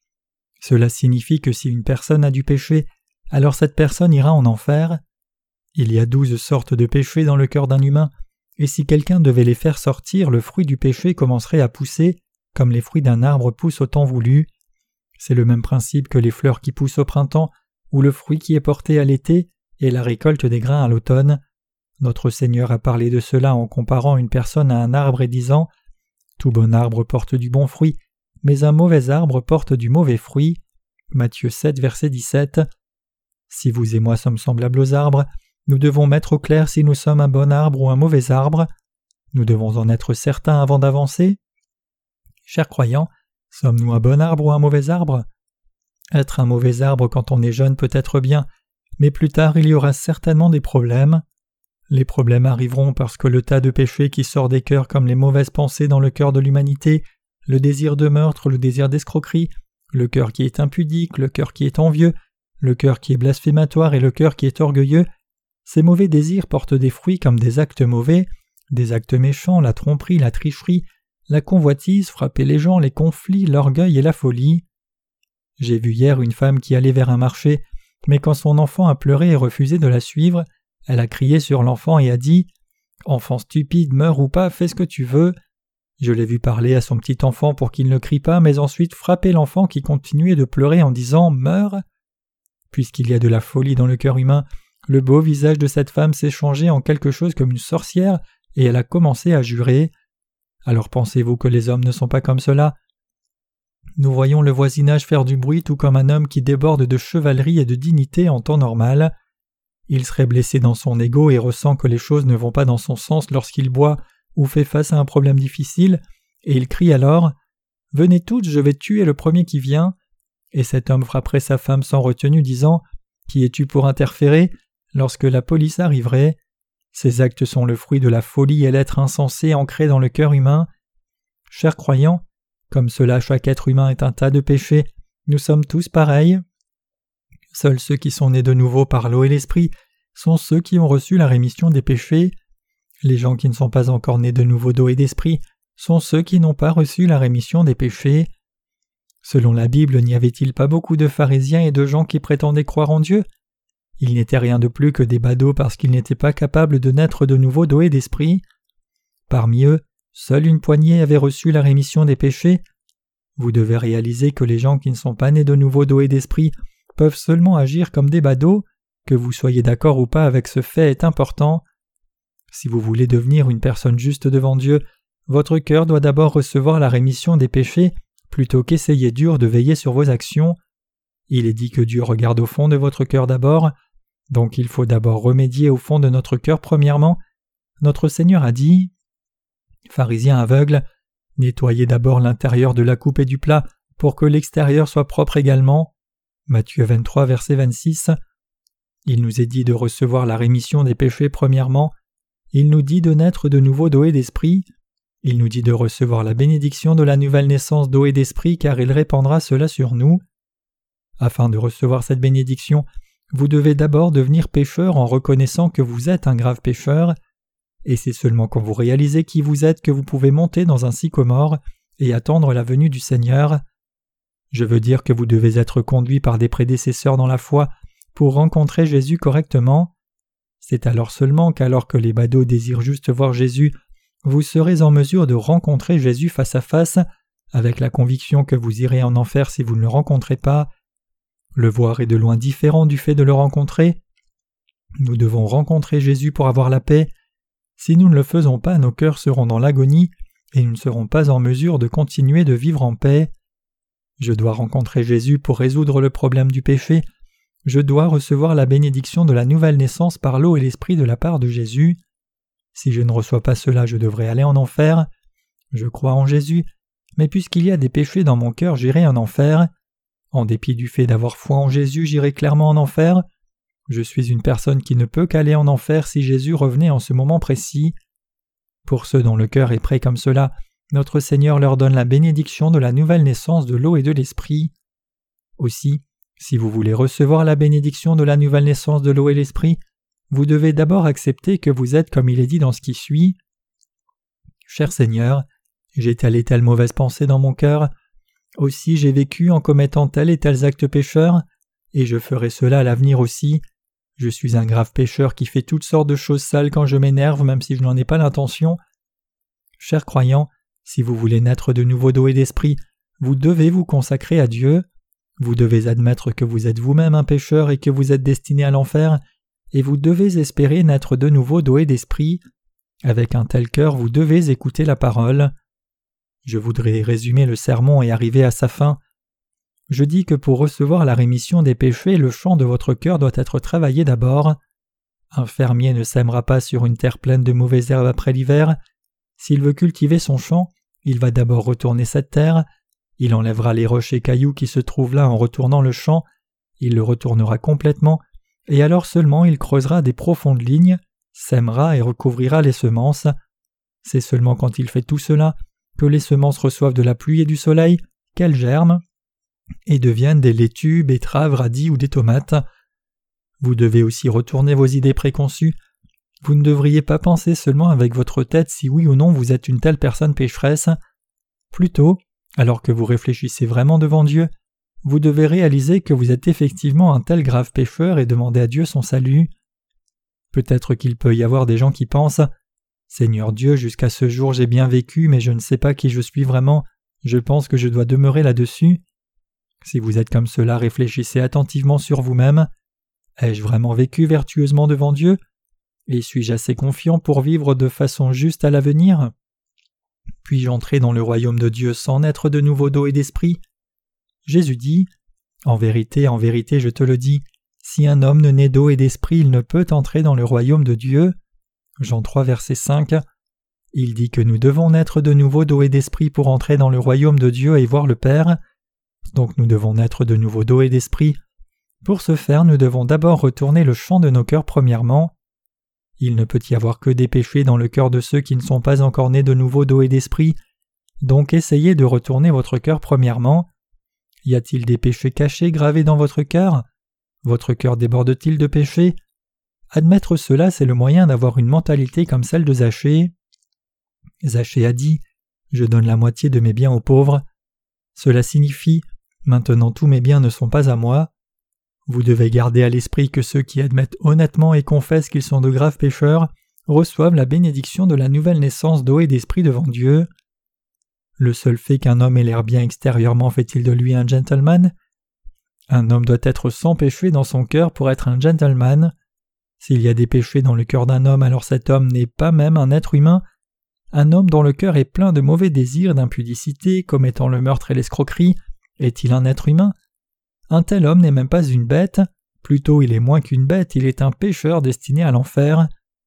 Cela signifie que si une personne a du péché, alors cette personne ira en enfer. Il y a douze sortes de péchés dans le cœur d'un humain, et si quelqu'un devait les faire sortir, le fruit du péché commencerait à pousser, comme les fruits d'un arbre poussent au temps voulu. C'est le même principe que les fleurs qui poussent au printemps, ou le fruit qui est porté à l'été, et la récolte des grains à l'automne. Notre Seigneur a parlé de cela en comparant une personne à un arbre et disant « Tout bon arbre porte du bon fruit, mais un mauvais arbre porte du mauvais fruit. » Matthieu sept, verset dix-sept. Si vous et moi sommes semblables aux arbres, nous devons mettre au clair si nous sommes un bon arbre ou un mauvais arbre. Nous devons en être certains avant d'avancer. Chers croyants, sommes-nous un bon arbre ou un mauvais arbre? Être un mauvais arbre quand on est jeune peut être bien, mais plus tard il y aura certainement des problèmes. Les problèmes arriveront parce que le tas de péchés qui sort des cœurs comme les mauvaises pensées dans le cœur de l'humanité, le désir de meurtre, le désir d'escroquerie, le cœur qui est impudique, le cœur qui est envieux, le cœur qui est blasphématoire et le cœur qui est orgueilleux, ces mauvais désirs portent des fruits comme des actes mauvais, des actes méchants, la tromperie, la tricherie, la convoitise, frapper les gens, les conflits, l'orgueil et la folie. J'ai vu hier une femme qui allait vers un marché, mais quand son enfant a pleuré et refusé de la suivre, elle a crié sur l'enfant et a dit « Enfant stupide, meurs ou pas, fais ce que tu veux ». Je l'ai vu parler à son petit enfant pour qu'il ne crie pas, mais ensuite frapper l'enfant qui continuait de pleurer en disant « Meurs ». Puisqu'il y a de la folie dans le cœur humain, le beau visage de cette femme s'est changé en quelque chose comme une sorcière et elle a commencé à jurer. Alors pensez-vous que les hommes ne sont pas comme cela? Nous voyons le voisinage faire du bruit tout comme un homme qui déborde de chevalerie et de dignité en temps normal. Il serait blessé dans son ego et ressent que les choses ne vont pas dans son sens lorsqu'il boit ou fait face à un problème difficile, et il crie alors « Venez toutes, je vais tuer le premier qui vient ». Et cet homme frapperait sa femme sans retenue, disant « Qui es-tu pour interférer ?» lorsque la police arriverait. Ces actes sont le fruit de la folie et l'être insensé ancré dans le cœur humain. Chers croyants, comme cela chaque être humain est un tas de péchés, nous sommes tous pareils. Seuls ceux qui sont nés de nouveau par l'eau et l'esprit sont ceux qui ont reçu la rémission des péchés. Les gens qui ne sont pas encore nés de nouveau d'eau et d'esprit sont ceux qui n'ont pas reçu la rémission des péchés. Selon la Bible, n'y avait-il pas beaucoup de pharisiens et de gens qui prétendaient croire en Dieu? Ils n'étaient rien de plus que des badauds parce qu'ils n'étaient pas capables de naître de nouveau d'eau et d'esprit. Parmi eux, seule une poignée avait reçu la rémission des péchés. Vous devez réaliser que les gens qui ne sont pas nés de nouveau d'eau et d'esprit peuvent seulement agir comme des badauds. Que vous soyez d'accord ou pas avec ce fait est important. Si vous voulez devenir une personne juste devant Dieu, votre cœur doit d'abord recevoir la rémission des péchés plutôt qu'essayer dur de veiller sur vos actions. Il est dit que Dieu regarde au fond de votre cœur d'abord, donc il faut d'abord remédier au fond de notre cœur premièrement. Notre Seigneur a dit « Pharisiens aveugles, nettoyez d'abord l'intérieur de la coupe et du plat pour que l'extérieur soit propre également. » Matthieu vingt-trois, verset vingt-six. Il nous est dit de recevoir la rémission des péchés premièrement. Il nous dit de naître de nouveau d'eau et d'esprit. Il nous dit de recevoir la bénédiction de la nouvelle naissance d'eau et d'esprit car il répandra cela sur nous. Afin de recevoir cette bénédiction, vous devez d'abord devenir pécheur en reconnaissant que vous êtes un grave pécheur. Et c'est seulement quand vous réalisez qui vous êtes que vous pouvez monter dans un sycomore et attendre la venue du Seigneur. Je veux dire que vous devez être conduit par des prédécesseurs dans la foi pour rencontrer Jésus correctement. C'est alors seulement qu'alors que les badauds désirent juste voir Jésus, vous serez en mesure de rencontrer Jésus face à face, avec la conviction que vous irez en enfer si vous ne le rencontrez pas. Le voir est de loin différent du fait de le rencontrer. Nous devons rencontrer Jésus pour avoir la paix. Si nous ne le faisons pas, nos cœurs seront dans l'agonie et nous ne serons pas en mesure de continuer de vivre en paix. Je dois rencontrer Jésus pour résoudre le problème du péché. Je dois recevoir la bénédiction de la nouvelle naissance par l'eau et l'esprit de la part de Jésus. Si je ne reçois pas cela, je devrais aller en enfer. Je crois en Jésus, mais puisqu'il y a des péchés dans mon cœur, j'irai en enfer. En dépit du fait d'avoir foi en Jésus, j'irai clairement en enfer. Je suis une personne qui ne peut qu'aller en enfer si Jésus revenait en ce moment précis. Pour ceux dont le cœur est prêt comme cela, notre Seigneur leur donne la bénédiction de la nouvelle naissance de l'eau et de l'esprit. Aussi, si vous voulez recevoir la bénédiction de la nouvelle naissance de l'eau et l'esprit, vous devez d'abord accepter que vous êtes comme il est dit dans ce qui suit. Cher Seigneur, j'ai telle et telle mauvaise pensée dans mon cœur. Aussi j'ai vécu en commettant tels et tels actes pécheurs, et je ferai cela à l'avenir aussi. Je suis un grave pécheur qui fait toutes sortes de choses sales quand je m'énerve, même si je n'en ai pas l'intention. Chers croyants, si vous voulez naître de nouveau d'eau et d'esprit, vous devez vous consacrer à Dieu. Vous devez admettre que vous êtes vous-même un pécheur et que vous êtes destiné à l'enfer, et vous devez espérer naître de nouveau d'eau et d'esprit. Avec un tel cœur, vous devez écouter la parole. Je voudrais résumer le sermon et arriver à sa fin. Je dis que pour recevoir la rémission des péchés, le champ de votre cœur doit être travaillé d'abord. Un fermier ne sèmera pas sur une terre pleine de mauvaises herbes après l'hiver. S'il veut cultiver son champ, il va d'abord retourner cette terre. Il enlèvera les roches et cailloux qui se trouvent là en retournant le champ. Il le retournera complètement, et alors seulement il creusera des profondes lignes, sèmera et recouvrira les semences. C'est seulement quand il fait tout cela que les semences reçoivent de la pluie et du soleil, qu'elles germent et deviennent des laitues, betteraves, radis ou des tomates. Vous devez aussi retourner vos idées préconçues. Vous ne devriez pas penser seulement avec votre tête si oui ou non vous êtes une telle personne pécheresse. Plutôt, alors que vous réfléchissez vraiment devant Dieu, vous devez réaliser que vous êtes effectivement un tel grave pécheur et demander à Dieu son salut. Peut-être qu'il peut y avoir des gens qui pensent « Seigneur Dieu, jusqu'à ce jour j'ai bien vécu, mais je ne sais pas qui je suis vraiment, je pense que je dois demeurer là-dessus. » Si vous êtes comme cela, réfléchissez attentivement sur vous-même. Ai-je vraiment vécu vertueusement devant Dieu? Et suis-je assez confiant pour vivre de façon juste à l'avenir? Puis-je entrer dans le royaume de Dieu sans naître de nouveau d'eau et d'esprit? Jésus dit « En vérité, en vérité, je te le dis, si un homme ne naît d'eau et d'esprit, il ne peut entrer dans le royaume de Dieu. » Jean trois, verset cinq. Il dit que nous devons naître de nouveau d'eau et d'esprit pour entrer dans le royaume de Dieu et voir le Père. Donc nous devons naître de nouveau d'eau et d'esprit. Pour ce faire, nous devons d'abord retourner le champ de nos cœurs premièrement. Il ne peut y avoir que des péchés dans le cœur de ceux qui ne sont pas encore nés de nouveau d'eau et d'esprit. Donc essayez de retourner votre cœur premièrement. Y a-t-il des péchés cachés gravés dans votre cœur? Votre cœur déborde-t-il de péchés? Admettre cela, c'est le moyen d'avoir une mentalité comme celle de Zachée. Zachée a dit « Je donne la moitié de mes biens aux pauvres ». Cela signifie « Maintenant tous mes biens ne sont pas à moi ». Vous devez garder à l'esprit que ceux qui admettent honnêtement et confessent qu'ils sont de graves pécheurs reçoivent la bénédiction de la nouvelle naissance d'eau et d'esprit devant Dieu. Le seul fait qu'un homme ait l'air bien extérieurement fait-il de lui un gentleman? Un homme doit être sans péché dans son cœur pour être un gentleman. S'il y a des péchés dans le cœur d'un homme, alors cet homme n'est pas même un être humain. Un homme dont le cœur est plein de mauvais désirs, d'impudicité, commettant le meurtre et l'escroquerie, est-il un être humain? Un tel homme n'est même pas une bête, plutôt il est moins qu'une bête, il est un pécheur destiné à l'enfer.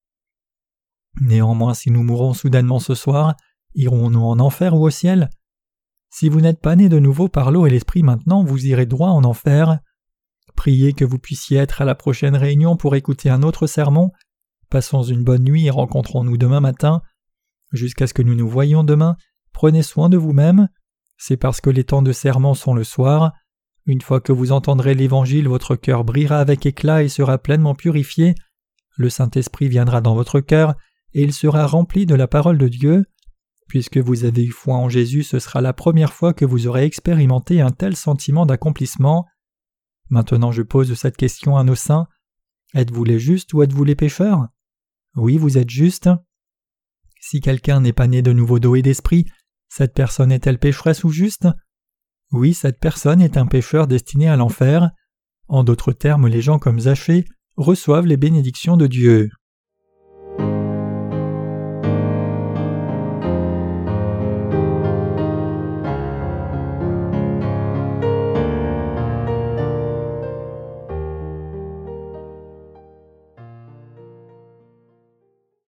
Néanmoins, si nous mourons soudainement ce soir, irons-nous en enfer ou au ciel? Si vous n'êtes pas né de nouveau par l'eau et l'esprit maintenant, vous irez droit en enfer. Priez que vous puissiez être à la prochaine réunion pour écouter un autre sermon. Passons une bonne nuit et rencontrons-nous demain matin. Jusqu'à ce que nous nous voyions demain, prenez soin de vous-même. C'est parce que les temps de sermon sont le soir. Une fois que vous entendrez l'Évangile, votre cœur brillera avec éclat et sera pleinement purifié. Le Saint-Esprit viendra dans votre cœur et il sera rempli de la parole de Dieu. Puisque vous avez eu foi en Jésus, ce sera la première fois que vous aurez expérimenté un tel sentiment d'accomplissement. Maintenant je pose cette question à nos saints. Êtes-vous les justes ou êtes-vous les pécheurs? Oui, vous êtes justes. Si quelqu'un n'est pas né de nouveau d'eau et d'esprit, cette personne est-elle pécheresse ou juste? Oui, cette personne est un pécheur destiné à l'enfer. En d'autres termes, les gens comme Zachée reçoivent les bénédictions de Dieu.